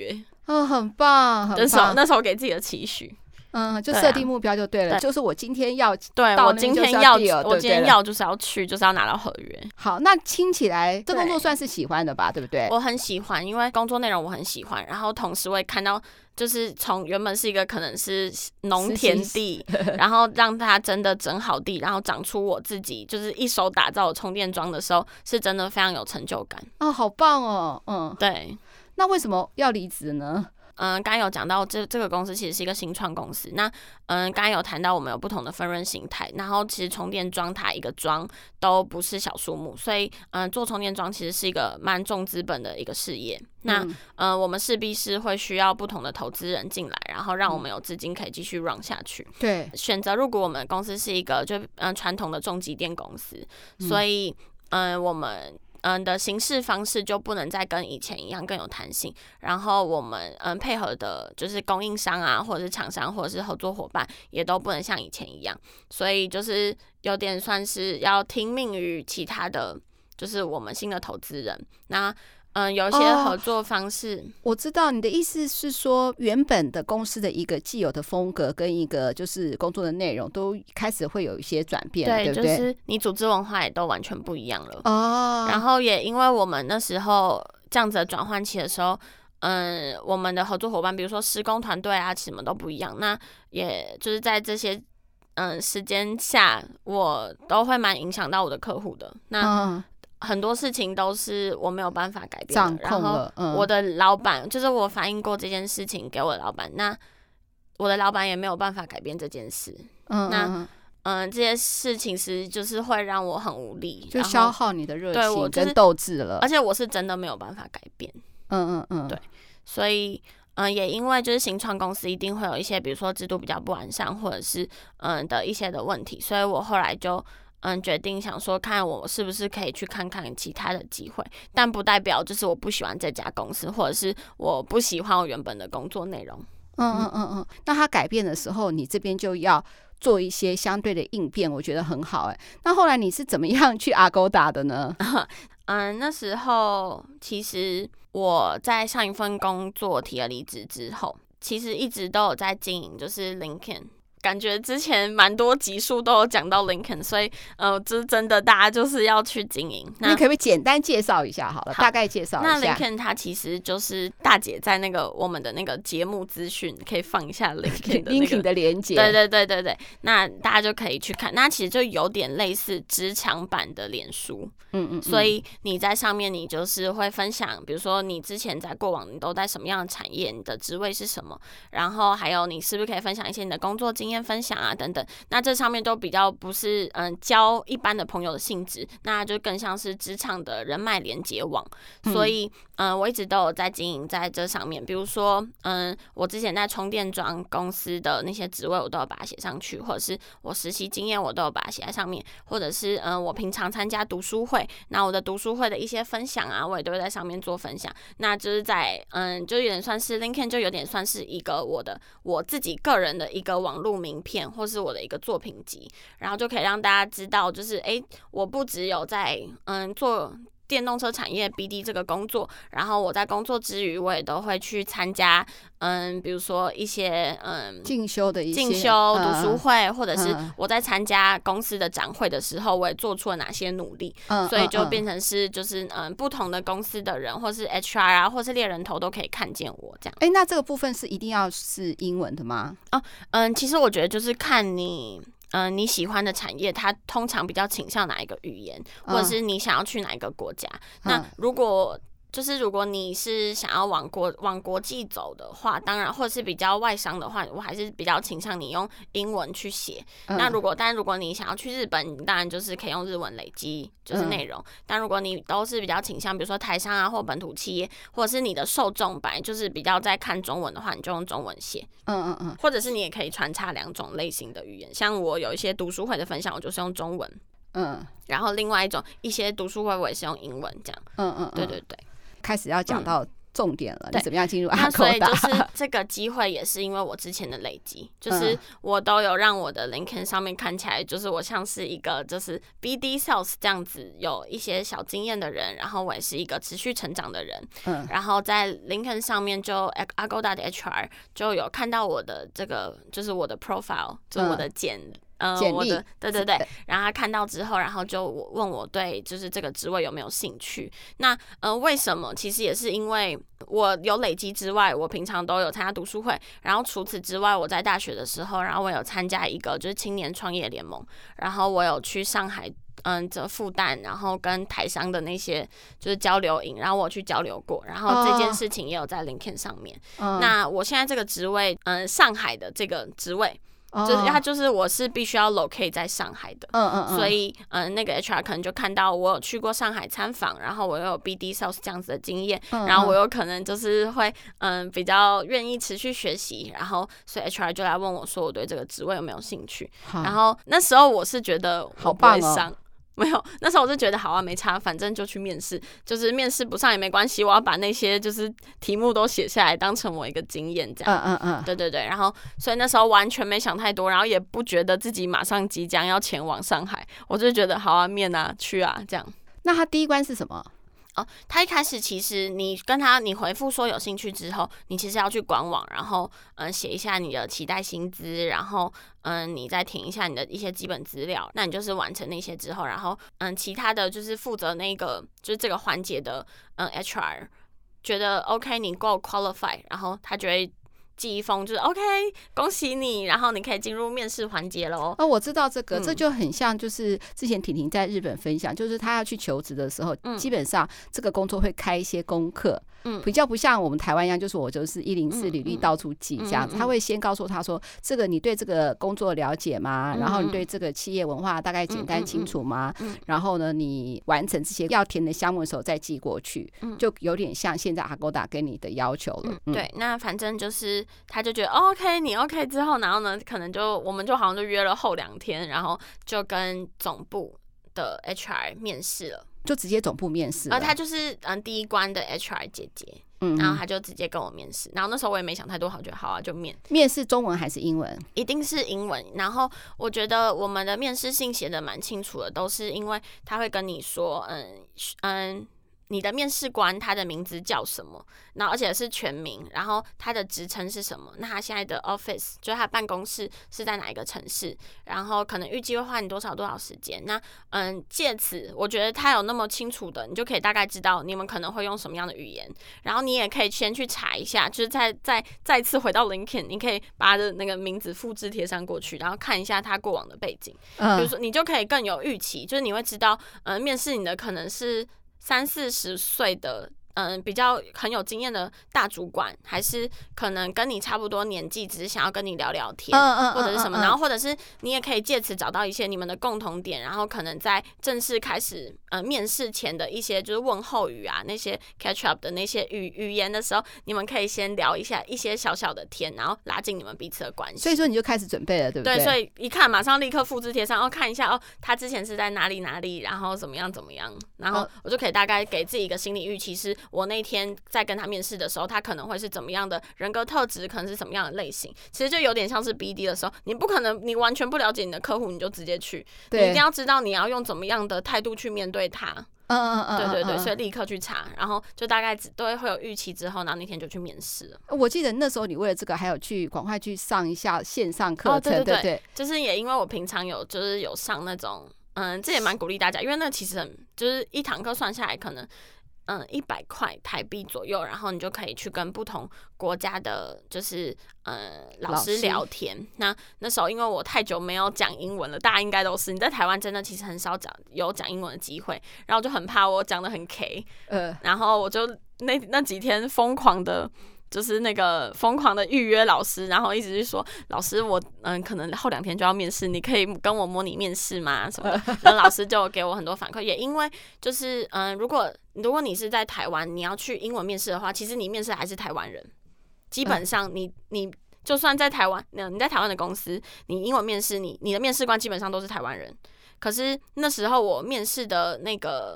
很棒，很棒。 那时候给自己的期许。 就设定目标就对了， 对， 就是我今天要对， 我今天要就是要去，就是要拿到合约。 好，那听起来这工作算是喜欢的吧，对不对？ 我很喜欢，因为工作内容我很喜欢，然后同时我也看到，就是从原本是一个可能是农田地，然后让它真的整好地，然后长出我自己就是一手打造的充电桩的时候，是真的非常有成就感。 好棒哦， 对。 那为什么要离职呢？ 刚刚有讲到这个公司其实是一个新创公司。那刚刚有谈到我们有不同的分润形态，然后其实充电桩它一个桩都不是小数目，所以做充电桩其实是一个蛮重资本的一个事业。那我们势必是会需要不同的投资人进来，然后让我们有资金可以继续 run 下去。 对， 选择入股我们公司是一个传统的重机电公司，所以我们的行事方式就不能再跟以前一样更有弹性，然后我们配合的就是供应商啊，或者是厂商，或者是合作伙伴，也都不能像以前一样，所以就是有点算是要听命于其他的，就是我们新的投资人。那有一些合作方式， 我知道你的意思是说，原本的公司的一个既有的风格跟一个就是工作的内容都开始会有一些转变，对不对？ 就是你组织文化也都完全不一样了。 然后也因为我们那时候这样子的转换期的时候，我们的合作伙伴，比如说施工团队啊，什么都不一样。那也就是在这些时间下，我都会蛮影响到我的客户的。那很多事情都是我没有办法改变的， 掌控了。 然后我的老板，就是我反映过这件事情给我的老板，那我的老板也没有办法改变这件事。那这些事情是就是会让我很无力， 就消耗你的热情跟斗志了。 而且我是真的没有办法改变。对，所以也因为就是新创公司一定会有一些，比如说制度比较不完善，或者是的一些的问题，所以我后来就决定想说，看我是不是可以去看看其他的机会，但不代表就是我不喜欢这家公司，或者是我不喜欢我原本的工作内容。 那他改变的时候，你这边就要做一些相对的应变，我觉得很好。那后来你是怎么样去 Agoda 的呢？ 那时候其实我在上一份工作提了离职之后，其实一直都有在经营，就是 LinkedIn。感觉之前蛮多集数都有讲到 LinkedIn， 所以这是真的，大家就是要去经营。 你可不可以简单介绍一下好了？大概介绍一下。 那 LinkedIn 它其实就是大姐在那个我们的那个节目资讯可以放一下 LinkedIn 的 LinkedIn 的连结。 对，那大家就可以去看。那其实就有点类似职场版的脸书。所以你在上面，你就是会分享，比如说你之前在过往你都在什么样的产业，你的职位是什么，然后还有你是不是可以分享一些你的工作经验分享啊等等。那这上面都比较不是交一般的朋友的性质，那就更像是职场的人脉连结网。所以我一直都有在经营在这上面，比如说我之前在充电桩公司的那些职位我都有把它写上去，或者是我实习经验我都有把它写在上面，或者是我平常参加读书会，那我的读书会的一些分享啊，我也都会在上面做分享。那就是在就有点算是 LinkedIn， 就有点算是一个我自己个人的一个网络名片，或是我的一个作品集，然后就可以让大家知道，就是我不只有在做电动车产业 BD 这个工作，然后我在工作之余，我也都会去参加比如说一些进修的一些进修读书会，或者是我在参加公司的展会的时候，我也做出了哪些努力，所以就变成是就是不同的公司的人，或是 HR 啊，或是猎人头都可以看见我这样。 那这个部分是一定要是英文的吗？ 其实我觉得就是看你喜欢的产业，它通常比较倾向哪一个语言，或者是你想要去哪一个国家。那如果你是想要往国际走的话，当然，或者是比较外商的话，我还是比较倾向你用英文去写。那如果你想要去日本，你当然就是可以用日文累积就是内容。但如果你都是比较倾向，比如说台商啊或本土企业，或者是你的受众本来就是比较在看中文的话，你就用中文写。或者是你也可以穿插两种类型的语言，像我有一些读书会的分享，我就是用中文。然后另外一些读书会我也是用英文这样。对。 开始要讲到重点了， 对， 你怎么样进入那所以 Agoda？ 就是这个机会也是因为我之前的累积，就是我都有让我的 LinkedIn 上面看起来就是我像是一个就是 BD Sales 这样子有一些小经验的人，然后我也是一个持续成长的人，然后在 LinkedIn 上面就 Agoda 的 HR 就有看到我的这个就是我的 profile， 就是我的简历，对，然后他看到之后，然后就问我对就是这个职位有没有兴趣。那为什么？其实也是因为我有累积之外，我平常都有参加读书会，然后除此之外，我在大学的时候，然后我有参加一个就是青年创业联盟，然后我有去上海。这复旦，然后跟台商的那些就是交流营，然后我去交流过，然后这件事情也有在 LinkedIn 上面。那我现在这个职位，上海的这个职位。就是他就是我是必须要 locate 在上海的，所以那个 HR 可能就看到我有去过上海参访，然后我又有 BD Sales 这样子的经验，然后我有可能就是会比较愿意持续学习，然后所以 HR 就来问我说我对这个职位有没有兴趣，然后那时候我是觉得我不会上。没有，那时候我就觉得好啊，没差，反正就去面试，就是面试不上也没关系，我要把那些就是题目都写下来，当成我一个经验这样。对，然后所以那时候完全没想太多，然后也不觉得自己马上即将要前往上海，我就觉得好啊，面啊，去啊，这样。 那他第一关是什么？ 他一开始其实你跟他你回复说有兴趣之后，你其实要去官网，然后写一下你的期待薪资，然后你再填一下你的一些基本资料，那你就是完成那些之后，然后其他的就是负责那个就是这个环节的HR 觉得 OK 你够 qualify， 然后他就会寄一封就是 OK 恭喜你，然后你可以进入面试环节咯。 我知道这个，这就很像就是之前婷婷在日本分享，就是她要去求职的时候，基本上这个工作会开一些功课，比较不像我们台湾一样，就是我就是104履历到处寄这样子，他会先告诉他说，这个你对这个工作了解吗？然后你对这个企业文化大概简单清楚吗？然后呢，你完成这些要填的项目的时候再寄过去，就有点像现在 Agoda 给你的要求了。 对，那反正就是他就觉得 OK 你 OK 之后，然后呢可能我们就好像就约了后2天，然后就跟总部的 HR 面试了， 就直接总部面试了。 他就是第一关的 HR 姐姐，然后他就直接跟我面试，然后那时候我也没想太多，我觉得好啊就面试中文还是英文？ 一定是英文。然后我觉得我们的面试信写的蛮清楚的，都是因为他会跟你说你的面试官他的名字叫什么，然后而且是全名，然后他的职称是什么，那他现在的 office 就是他办公室是在哪一个城市，然后可能预计会花你多少时间。那借此我觉得他有那么清楚的，你就可以大概知道你们可能会用什么样的语言，然后你也可以先去查一下，就是再次回到 LinkedIn， 你可以把他的那个名字复制贴上过去，然后看一下他过往的背景，比如说你就可以更有预期，就是你会知道面试你的可能是30-40岁的比较很有经验的大主管，还是可能跟你差不多年纪，只是想要跟你聊聊天，或者是什么，然后或者是你也可以借此找到一些你们的共同点，然后可能在正式开始面试前的一些就是问候语啊，那些 catch up 的那些语言的时候，你们可以先聊一下一些小小的天，然后拉近你们彼此的关系。 所以说你就开始准备了，对不对？ 对，所以一看马上立刻复制贴上，看一下他之前是在哪里，然后怎么样，然后我就可以大概给自己一个心理预期，是我那天在跟他面试的时候，他可能会是怎么样的人格特质，可能是什么样的类型。其实就有点像是 BD 的时候，你不可能你完全不了解你的客户，你就直接去，你一定要知道你要用怎么样的态度去面对他。对，所以立刻去查，然后就大概都会有预期之后，然后那天就去面试了。 我记得那时候你为了这个还有赶快去上一下线上课程，对， 就是也因为我平常有上那种，这也蛮鼓励大家，因为那其实就是一堂课算下来可能100块台币左右，然后你就可以去跟不同国家的就是老师聊天。那时候因为我太久没有讲英文了，大家应该都是你在台湾真的其实很少有讲英文的机会，然后我就很怕我讲得很 K，然后我就那几天疯狂的预约老师，然后一直是说老师我可能后2天就要面试，你可以跟我模拟面试吗什么的，然后老师就给我很多反馈，也因为就是如果你是在台湾你要去英文面试的话，其实你面试还是台湾人，基本上你就算在台湾，你在台湾的公司，你英文面试你的面试官基本上都是台湾人，可是那时候我面试的那个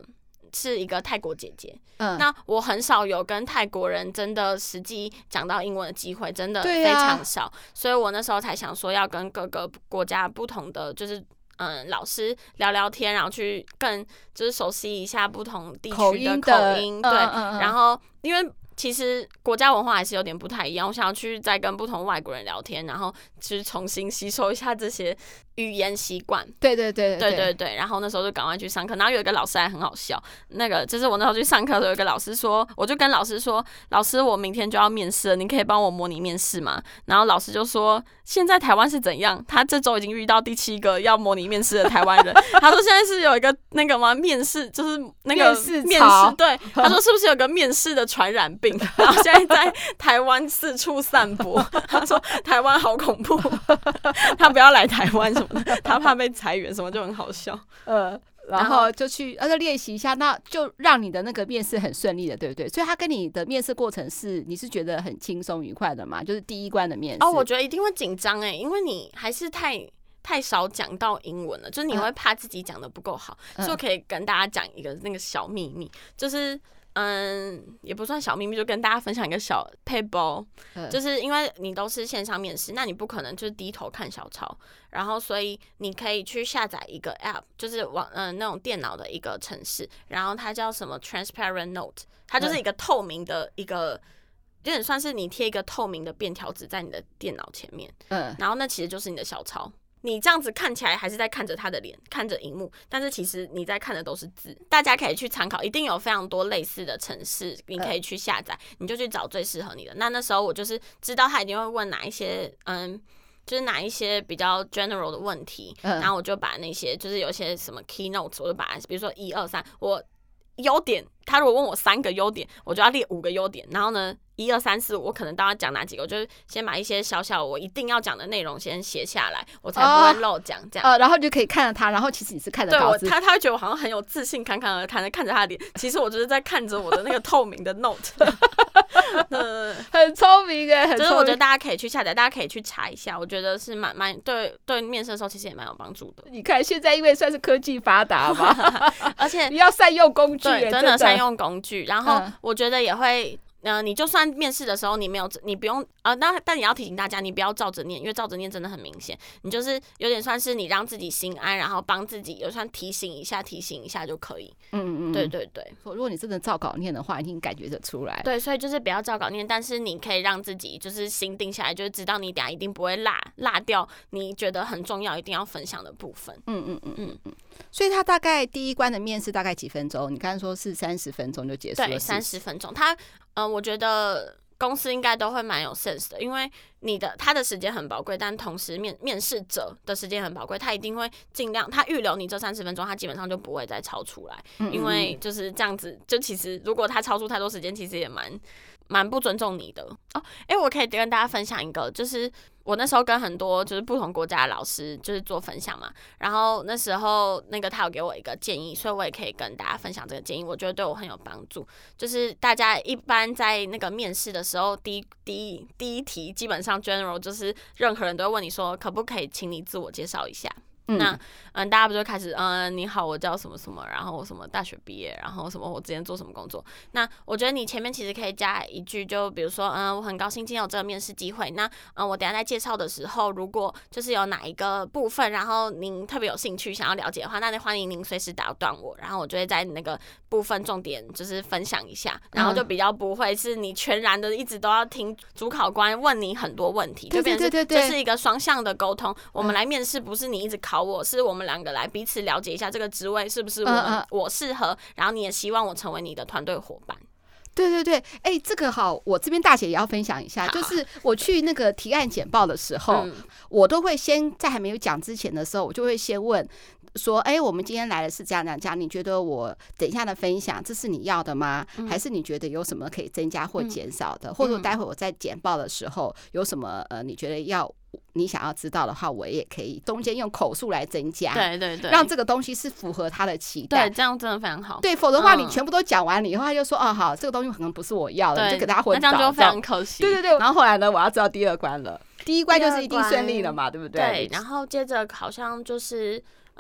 是一个泰国姐姐，那我很少有跟泰国人真的实际讲到英文的机会，真的非常少，所以我那时候才想说要跟各个国家不同的就是老师聊聊天，然后去更就是熟悉一下不同地区的口音，对，然后因为其实国家文化还是有点不太一样，我想要去再跟不同外国人聊天，然后去重新吸收一下这些语言习惯。 对， 然后那时候就赶快去上课，然后有一个老师还很好笑，那个就是我那时候去上课的时候，有一个老师说，我就跟老师说，老师我明天就要面试了，你可以帮我模拟面试吗？然后老师就说，现在台湾是怎样？他这周已经遇到第7个要模拟面试的台湾人，他说现在是有一个那个吗？面试就是那个面试，对，他说是不是有个面试的传染病？然后现在在台湾四处散播，他说台湾好恐怖，他不要来台湾什么的，他怕被裁员什么，就很好笑。 然后就去就练习一下，那就让你的那个面试很顺利的，对不对？所以他跟你的面试过程你是觉得很轻松愉快的嘛？就是第一关的面试。 我觉得一定会紧张因为你还是太少讲到英文了，就是你会怕自己讲的不够好，所以我可以跟大家讲一个那个小秘密，就是也不算小秘密，就跟大家分享一个小撇步，就是因为你都是线上面试，那你不可能就是低头看小抄，然后所以你可以去下载一个 app， 就是那种电脑的一个程式，然后它叫什么 Transparent Note， 它就是一个透明的一个。有点算是你贴一个透明的便条纸在你的电脑前面，然后那其实就是你的小抄。你这样子看起来还是在看着他的脸，看着荧幕，但是其实你在看的都是字。大家可以去参考，一定有非常多类似的程式，你可以去下载，你就去找最适合你的。那时候我就是知道他一定会问哪一些，就是哪一些比较 general 的问题，然后我就把那些就是有一些什么 keynotes， 我就把比如说1、2、3，我优点，他如果问我3个优点，我就要列5个优点，然后呢1、2、3、4，我可能都要讲哪几个，我就先把一些小小我一定要讲的内容先写下来，我才不会漏讲这样。 然后就可以看着他，然后其实你是看着稿子， 对他会觉得我好像很有自信，侃侃而谈的看着他的脸，其实我就是在看着我的那个透明的 note。 很聪明很聪明。 就是我觉得大家可以去下载，大家可以去查一下，我觉得是蛮对面试的时候其实也蛮有帮助的。 你看现在因为算是科技发达嘛， 而且你要善用工具， 对，真的善用工具，然后我觉得也会。你就算面试的时候你不用但你要提醒大家，你不要照着念，因为照着念真的很明显。你就是有点算是你让自己心安，然后帮自己有算提醒一下就可以。对。 如果你真的照稿念的话，一定感觉得出来。 对，所以就是不要照稿念，但是你可以让自己就是心定下来，就是知道你等一下一定不会落掉你觉得很重要一定要分享的部分。 所以他大概第一关的面试大概几分钟？你刚才说是30分钟就结束了？ 对，30分钟。我觉得公司应该都会蛮有 sense 的，因为他的时间很宝贵，但同时面试者的时间很宝贵，他一定会尽量，他预留你这30分钟，他基本上就不会再超出来，因为就是这样子，就其实如果他超出太多时间，其实也蛮不尊重你的我可以跟大家分享一个，就是我那时候跟很多就是不同国家的老师就是做分享嘛，然后那时候那个他有给我一个建议，所以我也可以跟大家分享这个建议，我觉得对我很有帮助。就是大家一般在那个面试的时候，第一题基本上 general 就是任何人都会问你说，可不可以请你自我介绍一下。那大家不就开始你好，我叫什么什么，然后我什么大学毕业，然后什么我之前做什么工作。那我觉得你前面其实可以加一句，就比如说我很高兴今天有这个面试机会。那我等一下在介绍的时候，如果就是有哪一个部分，然后您特别有兴趣想要了解的话，那欢迎您随时打断我，然后我就会在那个部分重点就是分享一下，然后就比较不会是你全然的一直都要听主考官问你很多问题，就变成这是一个双向的沟通。我们来面试不是你一直考我，是我们2个来彼此了解一下这个职位是不是我适合，然后你也希望我成为你的团队伙伴。 对，这个好，我这边大姐也要分享一下，就是我去那个提案简报的时候，我都会先在还没有讲之前的时候，我就会先问说，我们今天来的是这样，你觉得我等一下的分享，这是你要的吗？还是你觉得有什么可以增加或减少的？或者待会我在简报的时候有什么你觉得你想要知道的话，我也可以中间用口述来增加， 对， 让这个东西是符合他的期待。 对，这样真的非常好。 对，否则的话，你全部都讲完了以后，他就说好，这个东西可能不是我要的，你就给他混淆， 那这样就非常可惜。 对。然后后来呢，我要知道第2关了。第1关就是一定顺利了嘛，对不对？ 对，然后接着好像就是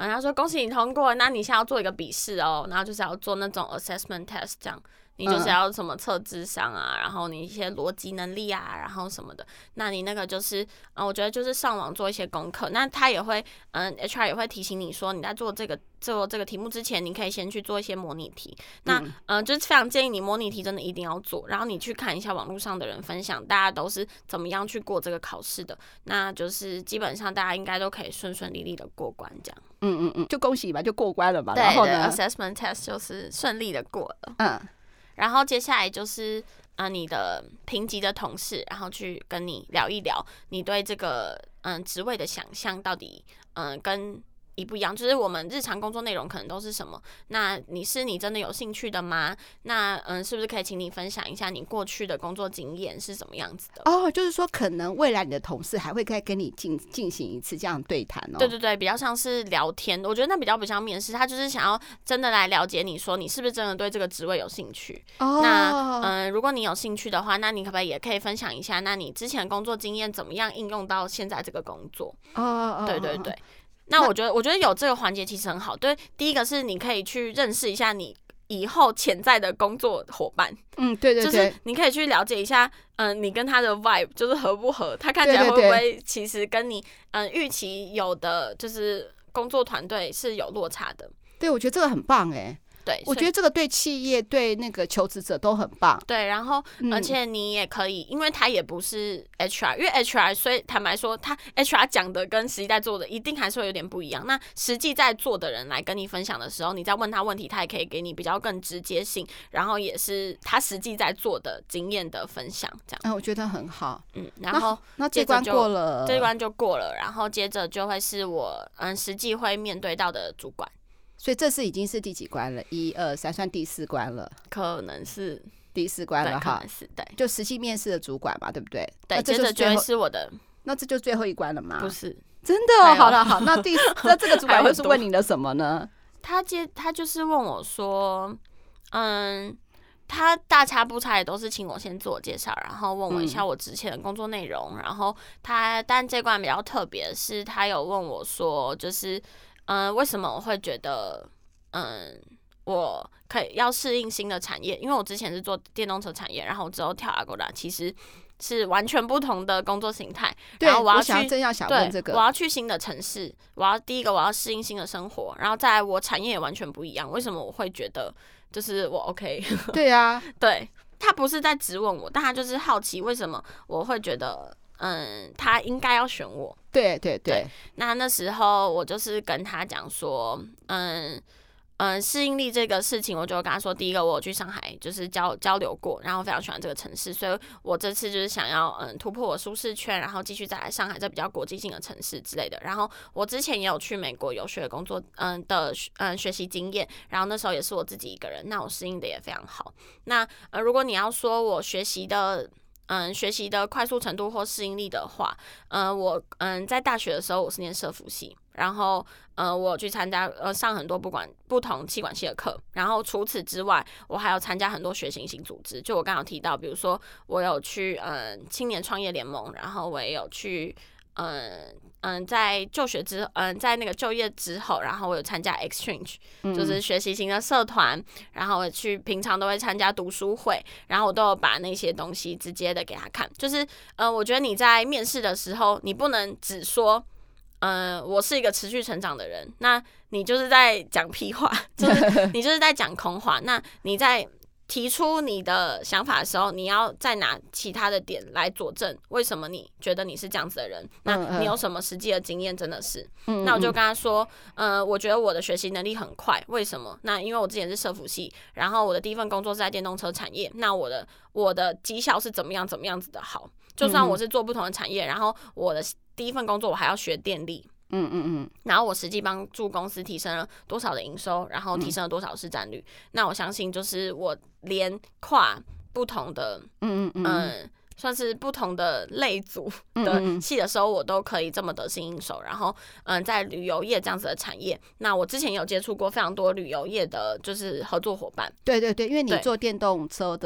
他说恭喜你通过，那你现在要做一个笔试哦，然后就是要做那种 assessment test 这样。你就是要什么测智商啊，然后你一些逻辑能力啊，然后什么的。那你那个就是，我觉得就是上网做一些功课。那他也会，HR 也会提醒你说，你在做这个题目之前，你可以先去做一些模拟题。那就是非常建议你模拟题真的一定要做，然后你去看一下网络上的人分享，大家都是怎么样去过这个考试的。那就是基本上大家应该都可以顺顺利利的过关，这样。 就恭喜吧，就过关了吧。 对， 然后呢 ，assessment test 就是顺利的过了。然后接下来就是你的评级的同事，然后去跟你聊一聊你对这个职位的想象到底跟一不一样，就是我们日常工作内容可能都是什么？那你真的有兴趣的吗？那是不是可以请你分享一下你过去的工作经验是什么样子的？ 哦，就是说可能未来你的同事还会再跟你进行一次这样的对谈哦。 对对对，比较像是聊天，我觉得那比较不像面试，他就是想要真的来了解你说你是不是真的对这个职位有兴趣。那如果你有兴趣的话，那你可不可以也可以分享一下，那你之前工作经验怎么样应用到现在这个工作？对对对。那我觉得有这个环节其实很好。对，第一个是你可以去认识一下你以后潜在的工作伙伴。 对对对， 就是你可以去了解一下，你跟他的 vibe 就是合不合，他看起来会不会其实跟你预期有的就是工作团队是有落差的。 对，我觉得这个很棒哎。对，我觉得这个对企业对那个求职者都很棒。 对，然后而且你也可以，因为他也不是 HR， 因为 HR 所以坦白说，他 HR 讲的跟实际在做的一定还是会有点不一样。那实际在做的人来跟你分享的时候，你在问他问题，他也可以给你比较更直接性，然后也是他实际在做的经验的分享，这样。 我觉得很好。 然后那这关过了， 这关就过了，然后接着就会是我实际会面对到的主管。 所以这次已经是第几关了？1、2、3，算第4关了。 可能是第4关了哈。 对， 就实际面试的主管嘛，对不对？ 对，接着就会是我的。 那这就是最后一关了吗？ 不是， 真的哦。好了，好，那这个主管会是问你的什么呢？ 他就是问我说，他大差不差也都是请我先自我介绍，然后问我一下我之前的工作内容，然后但这关比较特别的是，他有问我说，就是为什么我会觉得我可以要适应新的产业？因为我之前是做电动车产业，然后之后跳 Agoda， 其实是完全不同的工作形态。然后我正要想问这个， 我要去新的城市，第一个我要适应新的生活，然后再来我产业也完全不一样。为什么我会觉得就是我 OK？ 对啊， 对，他不是在质问我，但他就是好奇为什么我会觉得他应该要选我。 对对 对， 那时候我就是跟他讲说，适应力这个事情，我就跟他说，第一个我有去上海就是交流过，然后非常喜欢这个城市，所以我这次就是想要突破我舒适圈，然后继续再来上海这比较国际性的城市之类的。然后我之前也有去美国游学工作学习经验，然后那时候也是我自己一个人，那我适应的也非常好。那如果你要说我学习的快速程度或适应力的话，我在大学的时候我是念社福系，然后我去参加上很多不同企管系的课，然后除此之外，我还有参加很多学行型组织。就我刚刚有提到，比如说我有去青年创业联盟，然后我也有去在在那个就业之后，然后我有参加 exchange，就是学习型的社团，然后我平常都会参加读书会，然后我都有把那些东西直接的给他看。就是我觉得你在面试的时候，你不能只说我是一个持续成长的人，那你就是在讲屁话，就是你就是在讲空话。那你在提出你的想法的时候，你要再拿其他的点来佐证为什么你觉得你是这样子的人。那你有什么实际的经验？真的是，那我就跟他说，我觉得我的学习能力很快，为什么？那因为我之前是社福系，然后我的第一份工作是在电动车产业，那我的绩效是怎么样子的好。就算我是做不同的产业，然后我的第一份工作我还要学电力。然后我实际帮助公司提升了多少的营收，然后提升了多少市占率。那我相信就是我连跨不同的算是不同的类组的系的时候，我都可以这么得心应手。然后在旅游业这样子的产业，那我之前有接触过非常多旅游业的就是合作伙伴。 对对对，因为你做电动车的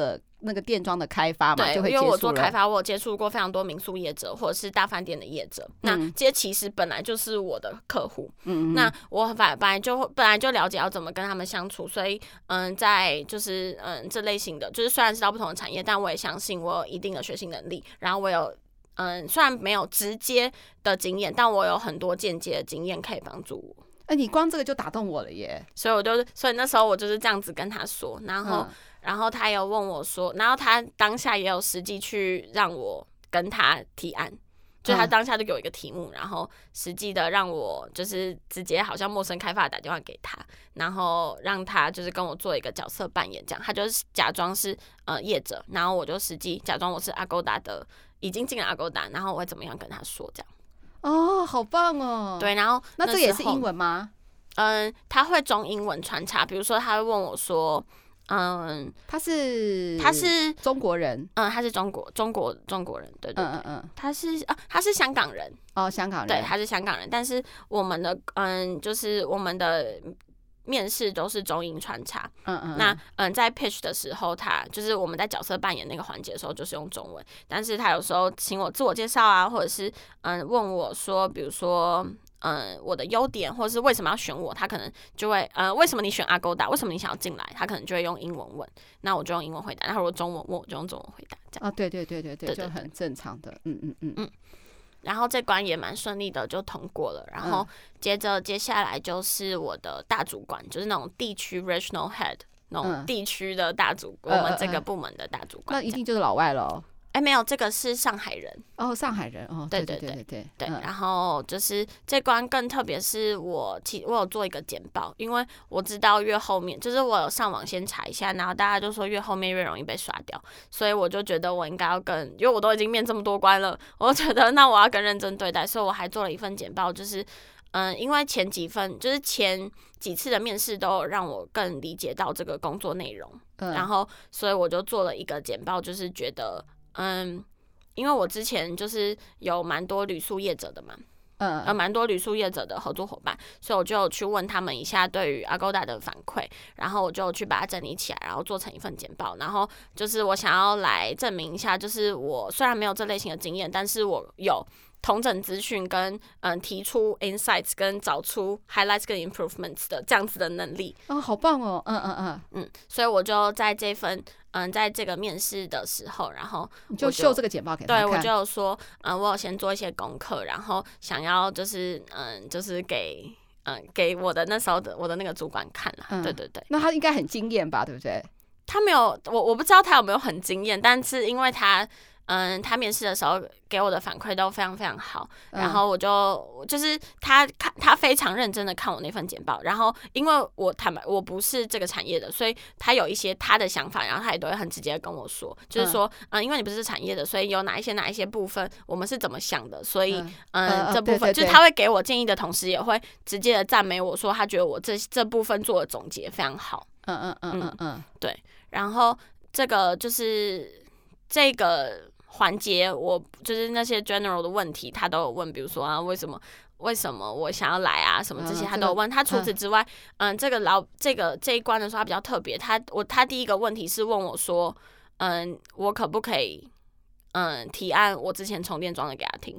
那个店庄的开发嘛， 对， 就会结束了。 因为我做开发，我有接触过非常多民宿业者或者是大饭店的业者，那这些其实本来就是我的客户，那我本来就了解要怎么跟他们相处，所以在就是这类型的，就是虽然是到不同的产业，但我也相信我有一定的学习能力，然后我有虽然没有直接的经验，但我有很多间接的经验可以帮助我。 你光这个就打动我了耶！ 所以那时候我就是这样子跟他说，然后他有问我说，然后他当下也有实际去让我跟他提案，就他当下就给我一个题目，然后实际的让我就是直接好像陌生开发打电话给他，然后让他就是跟我做一个角色扮演，这样他就是假装是业者，然后我就实际假装我是 Agoda 的，已经进了 Agoda， 然后我会怎么样跟他说这样。 哦，好棒哦！ 对，然后那这也是英文吗？ 他会中英文穿插，比如说他会问我说， 他是中国人， 他是中国人，对，他是香港人， 香港人， 对，他是香港人，但是我们的就是我们的面试都是中英穿插，那在 pitch 的时候，他就是我们在角色扮演那个环节的时候，就是用中文，但是他有时候请我自我介绍啊，或者是问我说，比如说我的优点，或者是为什么要选我，他可能就会为什么你选 Agoda， 为什么你想要进来，他可能就会用英文问，那我就用英文回答，那如果中文问我就用中文回答，这样。 对，就很正常的， 然后这关也蛮顺利的就通过了，然后接下来就是我的大主管，就是那种地区 regional head 那种地区的大主，我们这个部门的大主管， 那一定就是老外了。 没有，这个是上海人。 上海人对。 然后就是这关更特别，是我有做一个简报，因为我知道越后面，就是我有上网先查一下，然后大家就说越后面越容易被刷掉，所以我就觉得我应该要因为我都已经面这么多关了，我就觉得那我要更认真对待，所以我还做了一份简报，就是因为前几次的面试都让我更理解到这个工作内容，然后所以我就做了一个简报，就是觉得因为我之前就是有蛮多旅宿业者的嘛，蛮多旅宿业者的合作伙伴，所以我就有去问他们一下对于 Agoda 的反馈，然后我就去把它整理起来，然后做成一份简报，然后就是我想要来证明一下，就是我虽然没有这类型的经验，但是我有统整资讯跟提出 insights 跟找出 highlights 跟 improvements 的这样子的能力。 好棒哦， 所以我就在在这个面试的时候，然后你就秀这个简报给他看。 对，我就有说，我有先做一些功课，然后想要就是就是给我的那时候的我的那个主管看啦。对。 那他应该很惊艳吧，对不对？ 他没有，我不知道他有没有很惊艳，但是因为他面试的时候给我的反馈都非常非常好，然后我就是他非常认真的看我那份简报，然后因为我不是这个产业的，所以他有一些他的想法，然后他也都会很直接的跟我说，就是说因为你不是产业的，所以有哪一些部分我们是怎么想的，所以这部分就是他会给我建议的同时，也会直接的赞美我说他觉得我这部分做的总结非常好。对，然后这个就是这个环节，我就是那些 general 的问题，他都有问，比如说为什么我想要来啊，什么这些他都有问。他除此之外，这一关的时候他比较特别，他第一个问题是问我说，我可不可以提案我之前充电桩的给他听。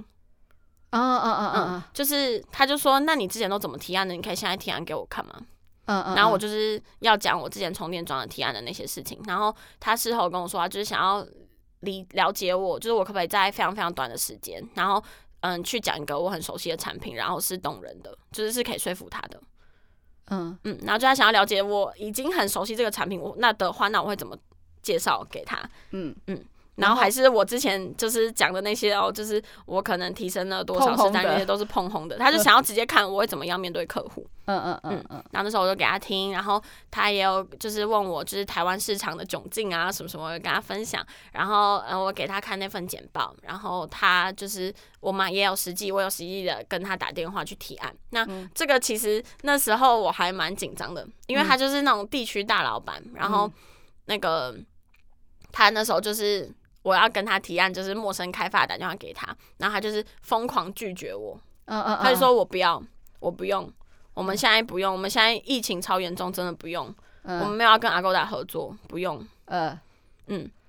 就是他就说，那你之前都怎么提案的？你可以现在提案给我看吗？然后我就是要讲我之前充电桩的提案的那些事情，然后他事后跟我说，他就是想要了解我，就是我可不可以在非常非常短的时间，然后去讲一个我很熟悉的产品，然后是动人的，就是可以说服他的。然后就他想要了解我已经很熟悉这个产品，那我会怎么介绍给他？然后还是我之前就是讲的那些就是我可能提升了多少市占，那些都是碰红的。他就想要直接看我会怎么样面对客户。然后那时候我就给他听，然后他也有就是问我就是台湾市场的窘境啊什么什么，我跟他分享。然后我给他看那份简报，然后他就是我有实际的跟他打电话去提案。那这个其实那时候我还蛮紧张的，因为他就是那种地区大老板，然后那个他那时候就是我要跟他提案，就是陌生开发打电话给他，然后他就是疯狂拒绝我。他就说我不要，我不用，我们现在不用，我们现在疫情超严重，真的不用，我们没有要跟 Agoda 合作，不用。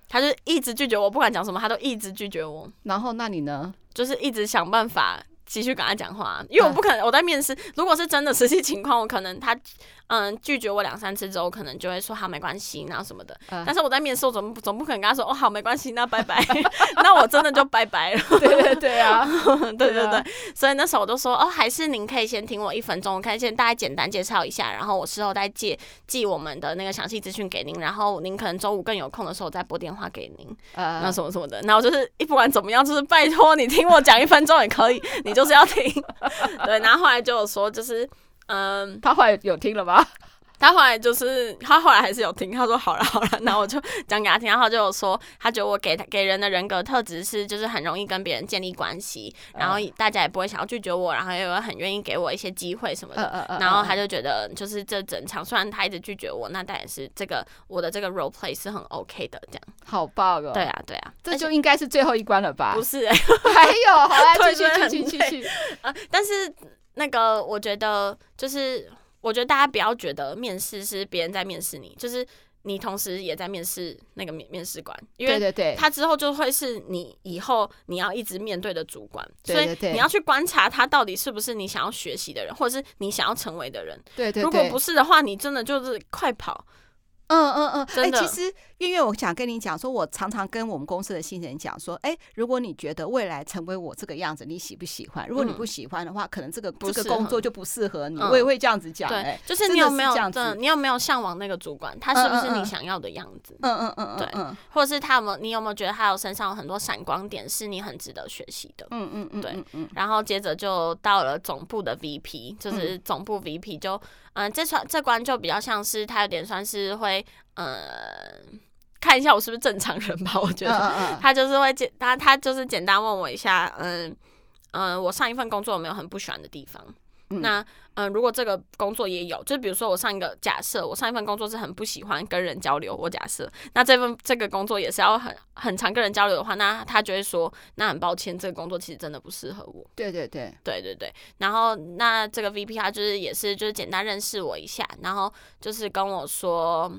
他就一直拒绝我，不管讲什么，他都一直拒绝我。 然后那你呢？ 就是一直想办法继续跟他讲话，因为我不可能我在面试，如果是真的实际情况，我可能他拒绝我2-3次之后，可能就会说好没关系，然后什么的。但是我在面试，我总不可能跟他说哦好没关系，那拜拜，那我真的就拜拜了。 对啊， 对，所以那时候我就说哦，还是您可以先听我1分钟，我可以先大概简单介绍一下，然后我事后再寄我们的那个详细资讯给您，然后您可能周5更有空的时候再拨电话给您，那什么什么的。然后就是不管怎么样，就是拜托你听我讲1分钟也可以，你就是要听。对，然后后来就有说就是他后来有听了吗？ 他后来还是有听，他说好了，然后我就讲给他听，然后他就有说，他觉得我给人的人格特质是就是很容易跟别人建立关系，然后大家也不会想要拒绝我，然后也很愿意给我一些机会什么的，然后他就觉得就是这整场虽然他一直拒绝我，那但也是我的这个 role play 是很 OK 的，这样好棒哦！ 对啊， 这就应该是最后一关了吧？ 不是还有，好来继续但是那个我觉得就是。我觉得大家不要觉得面试是别人在面试你，就是你同时也在面试那个面试官，因为他之后就会是你以后你要一直面对的主管，所以你要去观察他到底是不是你想要学习的人，或者是你想要成为的人。 对， 如果不是的话，你真的就是快跑。真的。 其实因为我想跟你讲说，我常常跟我们公司的新人讲说，如果你觉得未来成为我这个样子，你喜不喜欢？如果你不喜欢的话，可能这个工作就不适合你。我也会这样子讲。 对，就是你有没有向往那个主管，他是不是你想要的样子？对，或者是你有没有觉得他身上有很多闪光点，是你很值得学习的？对。然后接着就到了总部的 VP， 就是总部 VP 就这关就比较像是他有点算是会看一下我是不是正常人吧，我觉得他就是会他就是简单问我一下，我上一份工作有没有很不喜欢的地方？那如果这个工作也有，就比如说我上一份工作是很不喜欢跟人交流，我假设那这个工作也是要很常跟人交流的话，那他就会说，那很抱歉，这个工作其实真的不适合我。对。然后那这个 VP 他也是简单认识我一下，然后就是跟我说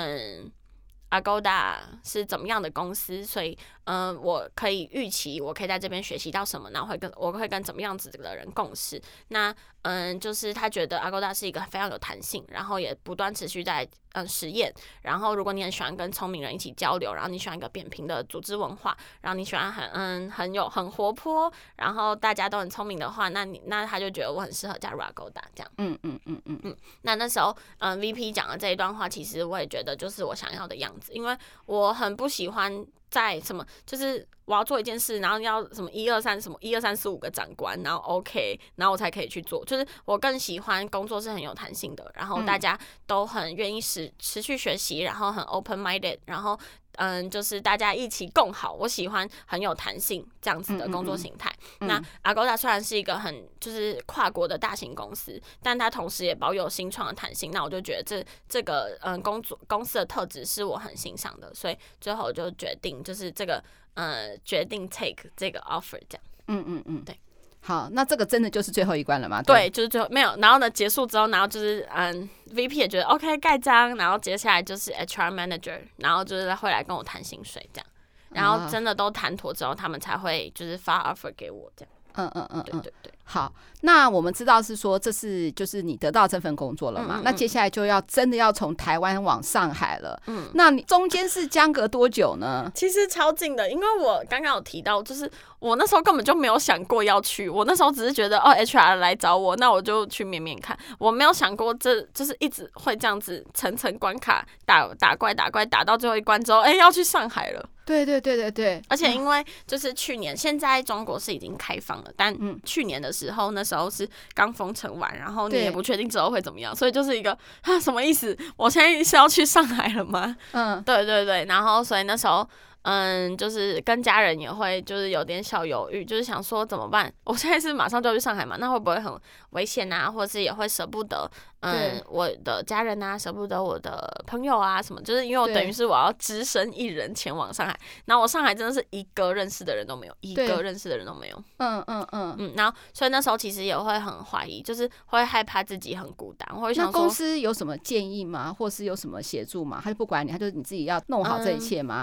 Agoda 是怎么样的公司，所以我可以预期我可以在这边学习到什么，然后我会跟怎么样子的人共事。那就是他觉得 Agoda 是一个非常有弹性，然后也不断持续在实验。然后如果你很喜欢跟聪明人一起交流，然后你喜欢一个扁平的组织文化，然后你喜欢很活泼，然后大家都很聪明的话，那他就觉得我很适合加入 Agoda 这样。那时候VP 讲的这一段话，其实我也觉得就是我想要的样子，因为我很不喜欢在什么就是我要做一件事，然后要什么1、2、3什么1、2、3、4、5个长官，然后 OK， 然后我才可以去做。就是我更喜欢工作是很有弹性的，然后大家都很愿意持续学习，然后很 open minded， 然后就是大家一起共好。我喜欢很有弹性这样子的工作形态。那 Agoda 虽然是一个很就是跨国的大型公司，但它同时也保有新创的弹性。那我就觉得这个公司的特质是我很欣赏的，所以最后我就决定就是决定 take 这个 offer 这样。对。 好，那这个真的就是最后一关了吗？ 对，就是最后没有。然后呢，结束之后，然后就是VP 也觉得 OK 盖章，然后接下来就是 HR manager， 然后就是会来跟我谈薪水这样。然后真的都谈妥之后，他们才会就是发 offer 给我这样。对。 好，那我们知道是说这是就是你得到这份工作了嘛？那接下来就真的要从台湾往上海了。那你中间是相隔多久呢？ 其实超近的，因为我刚刚有提到，就是我那时候根本就没有想过要去，我那时候只是觉得HR 来找我，那我就去面面看。我没有想过就是一直会这样子层层关卡打怪打到最后一关之后，要去上海了。 对， 而且因为就是去年，现在中国是已经开放了，但去年的时候，那时候是刚封城完，然后你也不确定之后会怎么样，所以就是一个什么意思？我现在是要去上海了吗？对，然后所以那时候就是跟家人也会就是有点小犹豫，就是想说怎么办？我现在是马上就要去上海嘛，那会不会很危险啊？或者是也会舍不得我的家人啊，舍不得我的朋友啊什么？就是因为我等于是我要只身一人前往上海，然后我上海真的是一个认识的人都没有，然后所以那时候其实也会很怀疑，就是会害怕自己很孤单，我会想说， 那公司有什么建议吗？或是有什么协助吗？他就不管你，他就是你自己要弄好这一切吗？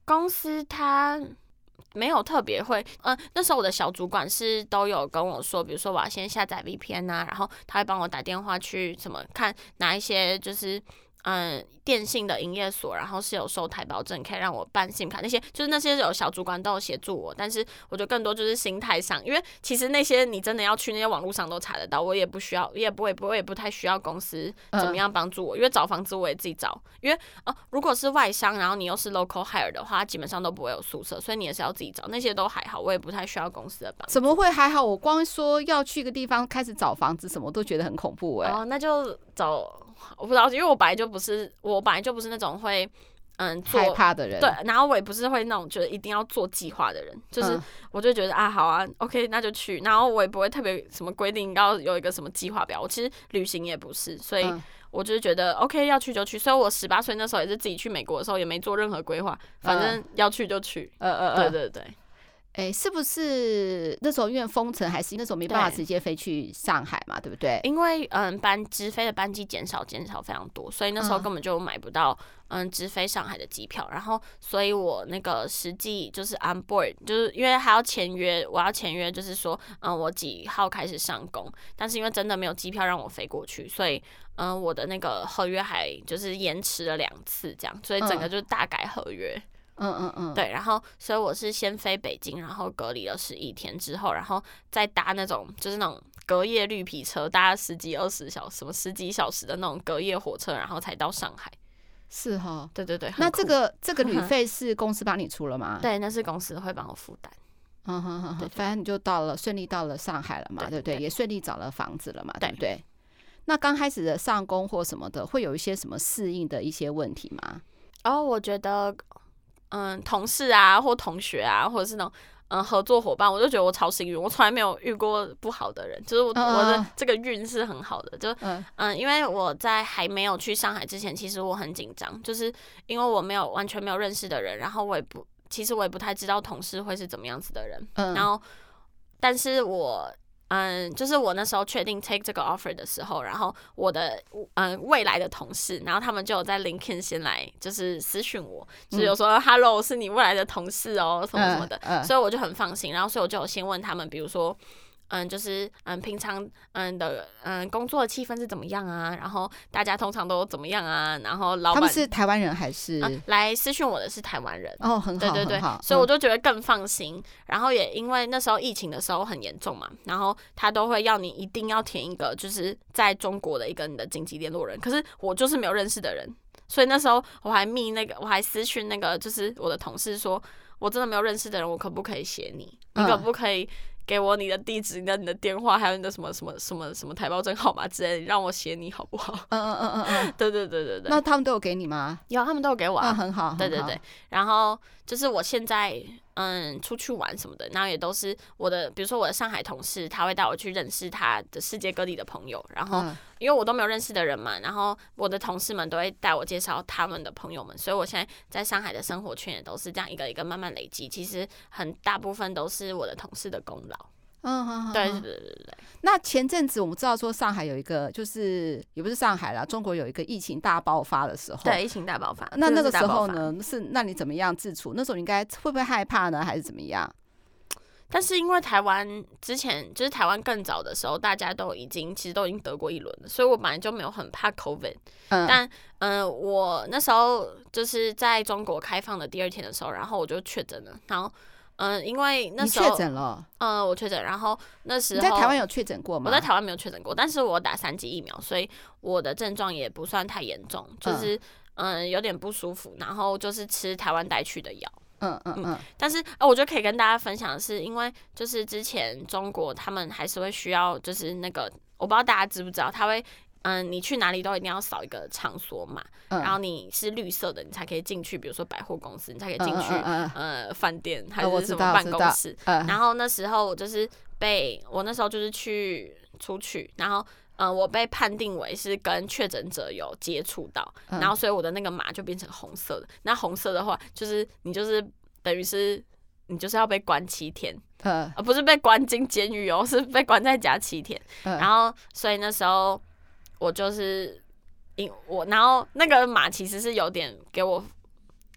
公司它没有特别会，那时候我的小主管是都有跟我说，比如说我要先下载 VPN 啊，然后他会帮我打电话去什么看哪一些就是电信的营业所，然后是有收台胞证可以让我办 SIM 卡，那些就是那些有小主管都有协助我，但是我觉得更多就是心态上，因为其实那些你真的要去那些网络上都查得到，我也不需要，我也不太需要公司怎么样帮助我，因为找房子我也自己找，因为如果是外商，然后你又是 local hire 的话，基本上都不会有宿舍，所以你也是要自己找，那些都还好，我也不太需要公司的帮助。 怎么会还好？我光说要去一个地方开始找房子，什么都觉得很恐怖那就找。我不知道，因为我本来就不是那种会害怕的人， 对，然后我也不是会那种觉得一定要做计划的人，就是我就觉得好啊 ，OK， 那就去，然后我也不会特别什么规定要有一个什么计划表，我其实旅行也不是，所以我就是觉得 OK 要去就去，所以我18岁那时候也是自己去美国的时候也没做任何规划，反正要去就去，对对对。 是不是那时候因为封城，还是那时候没办法直接飞去上海嘛？对不对？ 因为直飞的班机减少非常多，所以那时候根本就买不到直飞上海的机票。然后，所以我那个实际就是 on board， 就是因为还要签约，我要签约，就是说我几号开始上工，但是因为真的没有机票让我飞过去，所以我的那个合约还就是延迟了2次这样，所以整个就是大改合约。对，然后所以我是先飞北京，然后隔离了11天之后，然后再搭那种就是那种隔夜绿皮车，搭10几20小时，什么10几小时的那种隔夜火车，然后才到上海。 是哈， 对对对。 那这个旅费是公司帮你出了吗？ 对，那是公司会帮我负担。 反正你就顺利到了上海了嘛，对不对？也顺利找了房子了嘛，对不对？那刚开始的上工或什么的，会有一些什么适应的一些问题吗？ 我觉得。同事啊，或同学啊，或者是那种合作伙伴，我就觉得我超幸运，我从来没有遇过不好的人，就是我的这个运是很好的，就因为我在还没有去上海之前，其实我很紧张，就是因为我完全没有认识的人，然后其实我也不太知道同事会是怎么样子的人，然后但是就是我那时候确定 take 这个 offer 的时候，然后我的未来的同事，然后他们就有在 LinkedIn 先来就是私讯我，就是有说 Hello 是你未来的同事哦什么什么的，所以我就很放心，然后所以我就有先问他们，比如说就是平常的工作的气氛是怎么样啊？然后大家通常都怎么样啊？然后老板他们是台湾人还是来私讯我的是台湾人？ 很好， 对对对，所以我就觉得更放心。然后也因为那时候疫情的时候很严重嘛，然后他都会要你一定要填一个就是在中国的一个你的紧急联络人，可是我就是没有认识的人，所以那时候我还私讯那个就是我的同事说，我真的没有认识的人，我可不可以写你？你可不可以？给我你的地址、你的电话，还有你的什么台胞证号码之类的，让我写你好不好？对对对对对。 那他们都有给你吗？ 有，他们都有给我啊。 很好。 对对对。然后就是我现在出去玩什么的，然后也都是比如说我的上海同事，他会带我去认识他的世界各地的朋友，然后因为我都没有认识的人嘛，然后我的同事们都会带我介绍他们的朋友们，所以我现在在上海的生活圈也都是这样一个一个慢慢累积，其实很大部分都是我的同事的功劳。对对对对。 那前阵子我们知道说上海有一个，就是也不是上海啦，中国有一个疫情大爆发的时候。 对，疫情大爆发。 那个时候呢，那你怎么样自处？那时候你应该会不会害怕呢，还是怎么样？ 但是因为台湾之前就是台湾更早的时候，大家其实都已经得过1轮了，所以我本来就没有很怕 COVID。但我那时候就是在中国开放的第2天的时候，然后我就确诊了，然后。因为那时候你确诊了， 我确诊，然后那时候你在台湾有确诊过吗？ 我在台湾没有确诊过，但是我打3剂疫苗，所以我的症状也不算太严重，就是有点不舒服，然后就是吃台湾带去的药。但是我觉得可以跟大家分享的是，因为就是之前中国他们还是会需要，就是那个我不知道大家知不知道，他会。你去哪里都一定要扫一个场所码，然后你是绿色的，你才可以进去。比如说百货公司，你才可以进去饭店还是什么办公室。然后那时候我就是我那时候就是出去，然后我被判定为是跟确诊者有接触到，然后所以我的那个码就变成红色的。那红色的话，就是你就是等于是你就是要被关7天。不是被关进监狱哦，是被关在家7天。然后所以那时候。我就是然后那个码其实是有点给我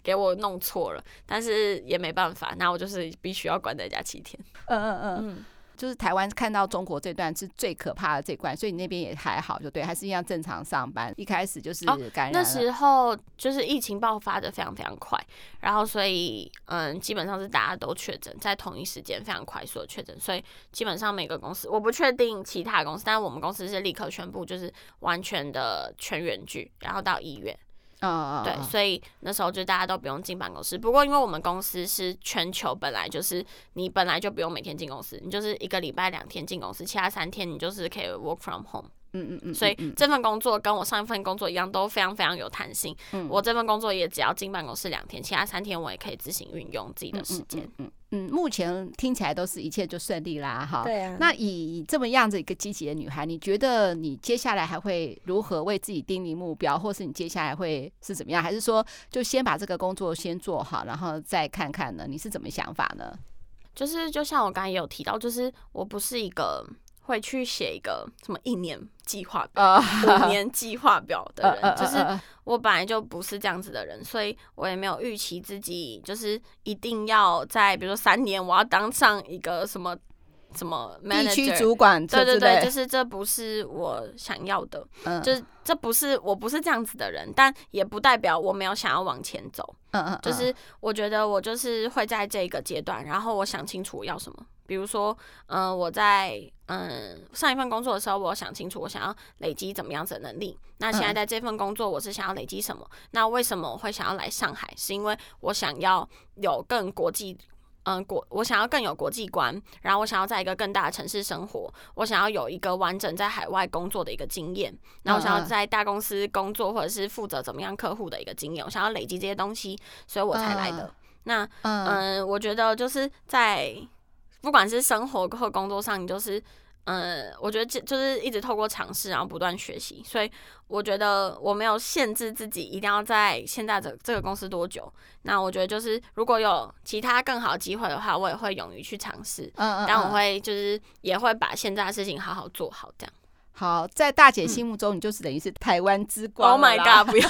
给我弄错了，但是也没办法，那我就是必须要关在家7天。 就是台湾看到中国这段是最可怕的这关，所以你那边也还好，就对，还是一样正常上班。一开始就是感染了， 那时候就是疫情爆发的非常非常快，然后所以基本上是大家都确诊，在同一时间非常快速的确诊，所以基本上每个公司，我不确定其他公司，但是我们公司是立刻宣布就是完全的全远距，然后到医院。对，所以那时候就大家都不用进办公室。不过因为我们公司是全球，本来就是你本来就不用每天进公司，你就是一个礼拜2天进公司，其他3天你就是可以 work from home。所以这份工作跟我上一份工作一样，都非常非常有弹性。我这份工作也只要进办公室2天，其他3天我也可以自行运用自己的时间。 目前听起来都是一切就顺利啦，哈。 对啊。 那以这么样子一个积极的女孩，你觉得你接下来还会如何为自己定立目标，或是你接下来会是怎么样？还是说就先把这个工作先做好，然后再看看呢？你是怎么想法呢？ 就像我刚才也有提到，就是我不是一个会去写一个什么1年计划表、5年计划表的人，就是我本来就不是这样子的人，所以我也没有预期自己就是一定要在比如说3年我要当上一个什么 manager, 地区主管， 对，就是这不是我想要的，就是我不是这样子的人，但也不代表我没有想要往前走。就是我觉得我就是会在这个阶段，然后我想清楚我要什么。比如说，我在上一份工作的时候，我想清楚我想要累积怎么样子的能力。那现在在这份工作，我是想要累积什么？那为什么我会想要来上海？是因为我想要有更国际。我想要更有国际观，然后我想要在一个更大的城市生活，我想要有一个完整在海外工作的一个经验，然后我想要在大公司工作或者是负责怎么样客户的一个经验，我想要累积这些东西，所以我才来的。那我觉得就是在不管是生活或工作上，你就是我觉得就是一直透过尝试，然后不断学习，所以我觉得我没有限制自己一定要在现在这个公司多久。那我觉得就是如果有其他更好的机会的话，我也会勇于去尝试。但我会就是也会把现在的事情好好做好，这样。 好，在大姐心目中，你就是等于是台湾之光。 Oh my god！ 不要，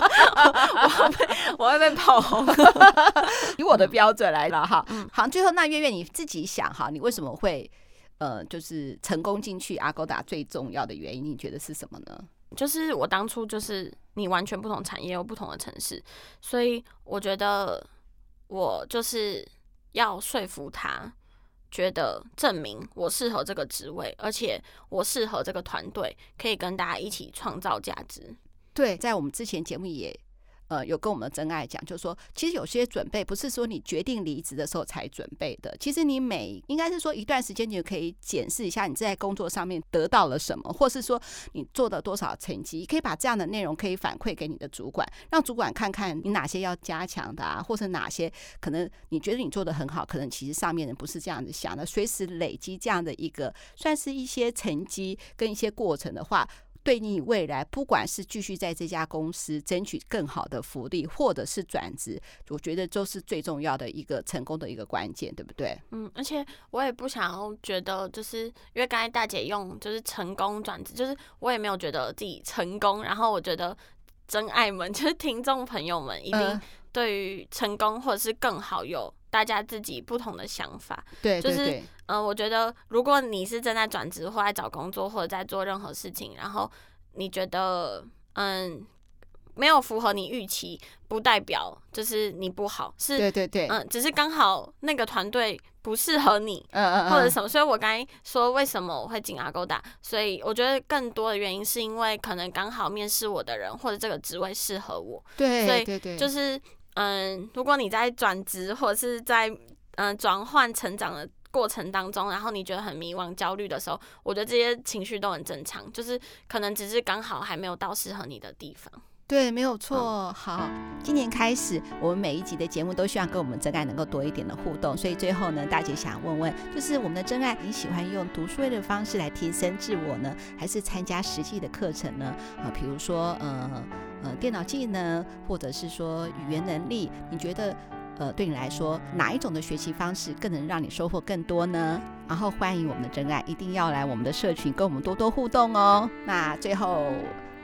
我会被炮轰。 以我的标准来了哈。好，最后那月月你自己想哈，你为什么会就是成功进去 Agoda 最重要的原因，你觉得是什么呢？ 就是我当初就是你完全不同产业有不同的城市，所以我觉得我就是要说服他，觉得证明我适合这个职位，而且我适合这个团队，可以跟大家一起创造价值。 对，在我们之前节目也有跟我们的真爱讲，就是说，其实有些准备不是说你决定离职的时候才准备的，其实你应该是说一段时间，你就可以检视一下你在工作上面得到了什么，或是说你做了多少成绩，可以把这样的内容可以反馈给你的主管，让主管看看你哪些要加强的啊，或是哪些可能你觉得你做得很好，可能其实上面人不是这样子想的，随时累积这样的一个算是一些成绩跟一些过程的话，对你未来不管是继续在这家公司争取更好的福利，或者是转职，我觉得都是最重要的一个成功的一个关键，对不对？ 而且我也不想要觉得，就是因为刚才大姐用就是成功转职，就是我也没有觉得自己成功，然后我觉得真爱们就是听众朋友们一定对于成功或者是更好有大家自己不同的想法。 对， 就是我觉得如果你是正在转职或在找工作或者在做任何事情，然后你觉得没有符合你预期，不代表就是你不好，是对， 只是刚好那个团队不适合你，或者什么。所以我刚才说为什么我会进 Agoda， 所以我觉得更多的原因是因为可能刚好面试我的人或者这个职位适合我。 对， 所以就是如果你在转职或者是在转换成长的过程当中，然后你觉得很迷惘、焦虑的时候，我觉得这些情绪都很正常，就是可能只是刚好还没有到适合你的地方。 对，没有错。好，今年开始，我们每一集的节目都希望跟我们真爱能够多一点的互动，所以最后呢，大姐想问问，就是我们的真爱，你喜欢用读书会的方式来提升自我呢，还是参加实际的课程呢？比如说电脑技能，或者是说语言能力，你觉得对你来说哪一种的学习方式更能让你收获更多呢？然后欢迎我们的真爱一定要来我们的社群跟我们多多互动哦。那最后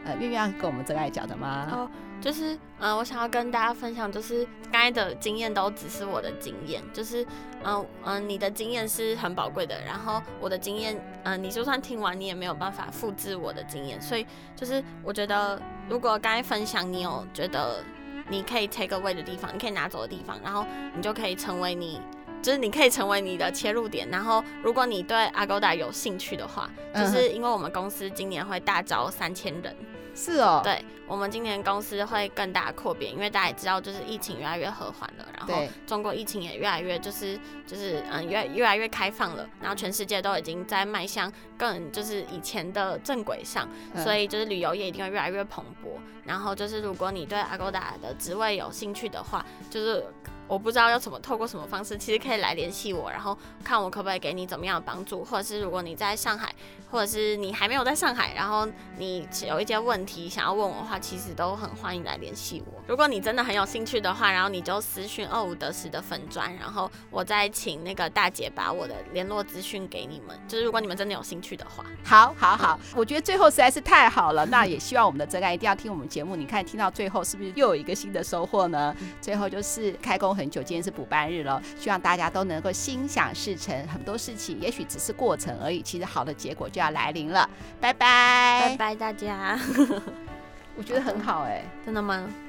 愿意要跟我们真爱讲的吗？ 就是我想要跟大家分享，就是刚才的经验都只是我的经验，就是你的经验是很宝贵的，然后我的经验你就算听完你也没有办法复制我的经验，所以就是我觉得如果刚才分享你有觉得你可以 take away 的地方，你可以拿走的地方，然后你就可以成为你可以成为你的切入点，然后如果你对 Agoda 有兴趣的话，就是因为我们公司今年会大招3000人。 是哦， 对，我们今年公司会更大的扩编，因为大家也知道，就是疫情越来越和缓了，然后中国疫情也越来越越来越开放了，然后全世界都已经在迈向更就是以前的正轨上，所以就是旅游业一定会越来越蓬勃。然后就是如果你对 Agoda 的职位有兴趣的话，就是我不知道要透过什么方式，其实可以来联系我，然后看我可不可以给你怎么样的帮助，或者是如果你在上海，或者是你还没有在上海，然后你有一些问题想要问我的话，其实都很欢迎来联系我。如果你真的很有兴趣的话，然后你就私讯25得10的粉专，然后我再请那个大姐把我的联络资讯给你们，就是如果你们真的有兴趣的话。 好，我觉得最后实在是太好了，那也希望我们的真爱一定要听我们节目，你看听到最后是不是又有一个新的收获呢？最后就是开工很久，今天是补班日了，希望大家都能够心想事成，很多事情也许只是过程而已，其实好的结果就要来临了。拜拜， 拜拜大家。 我觉得很好真的吗？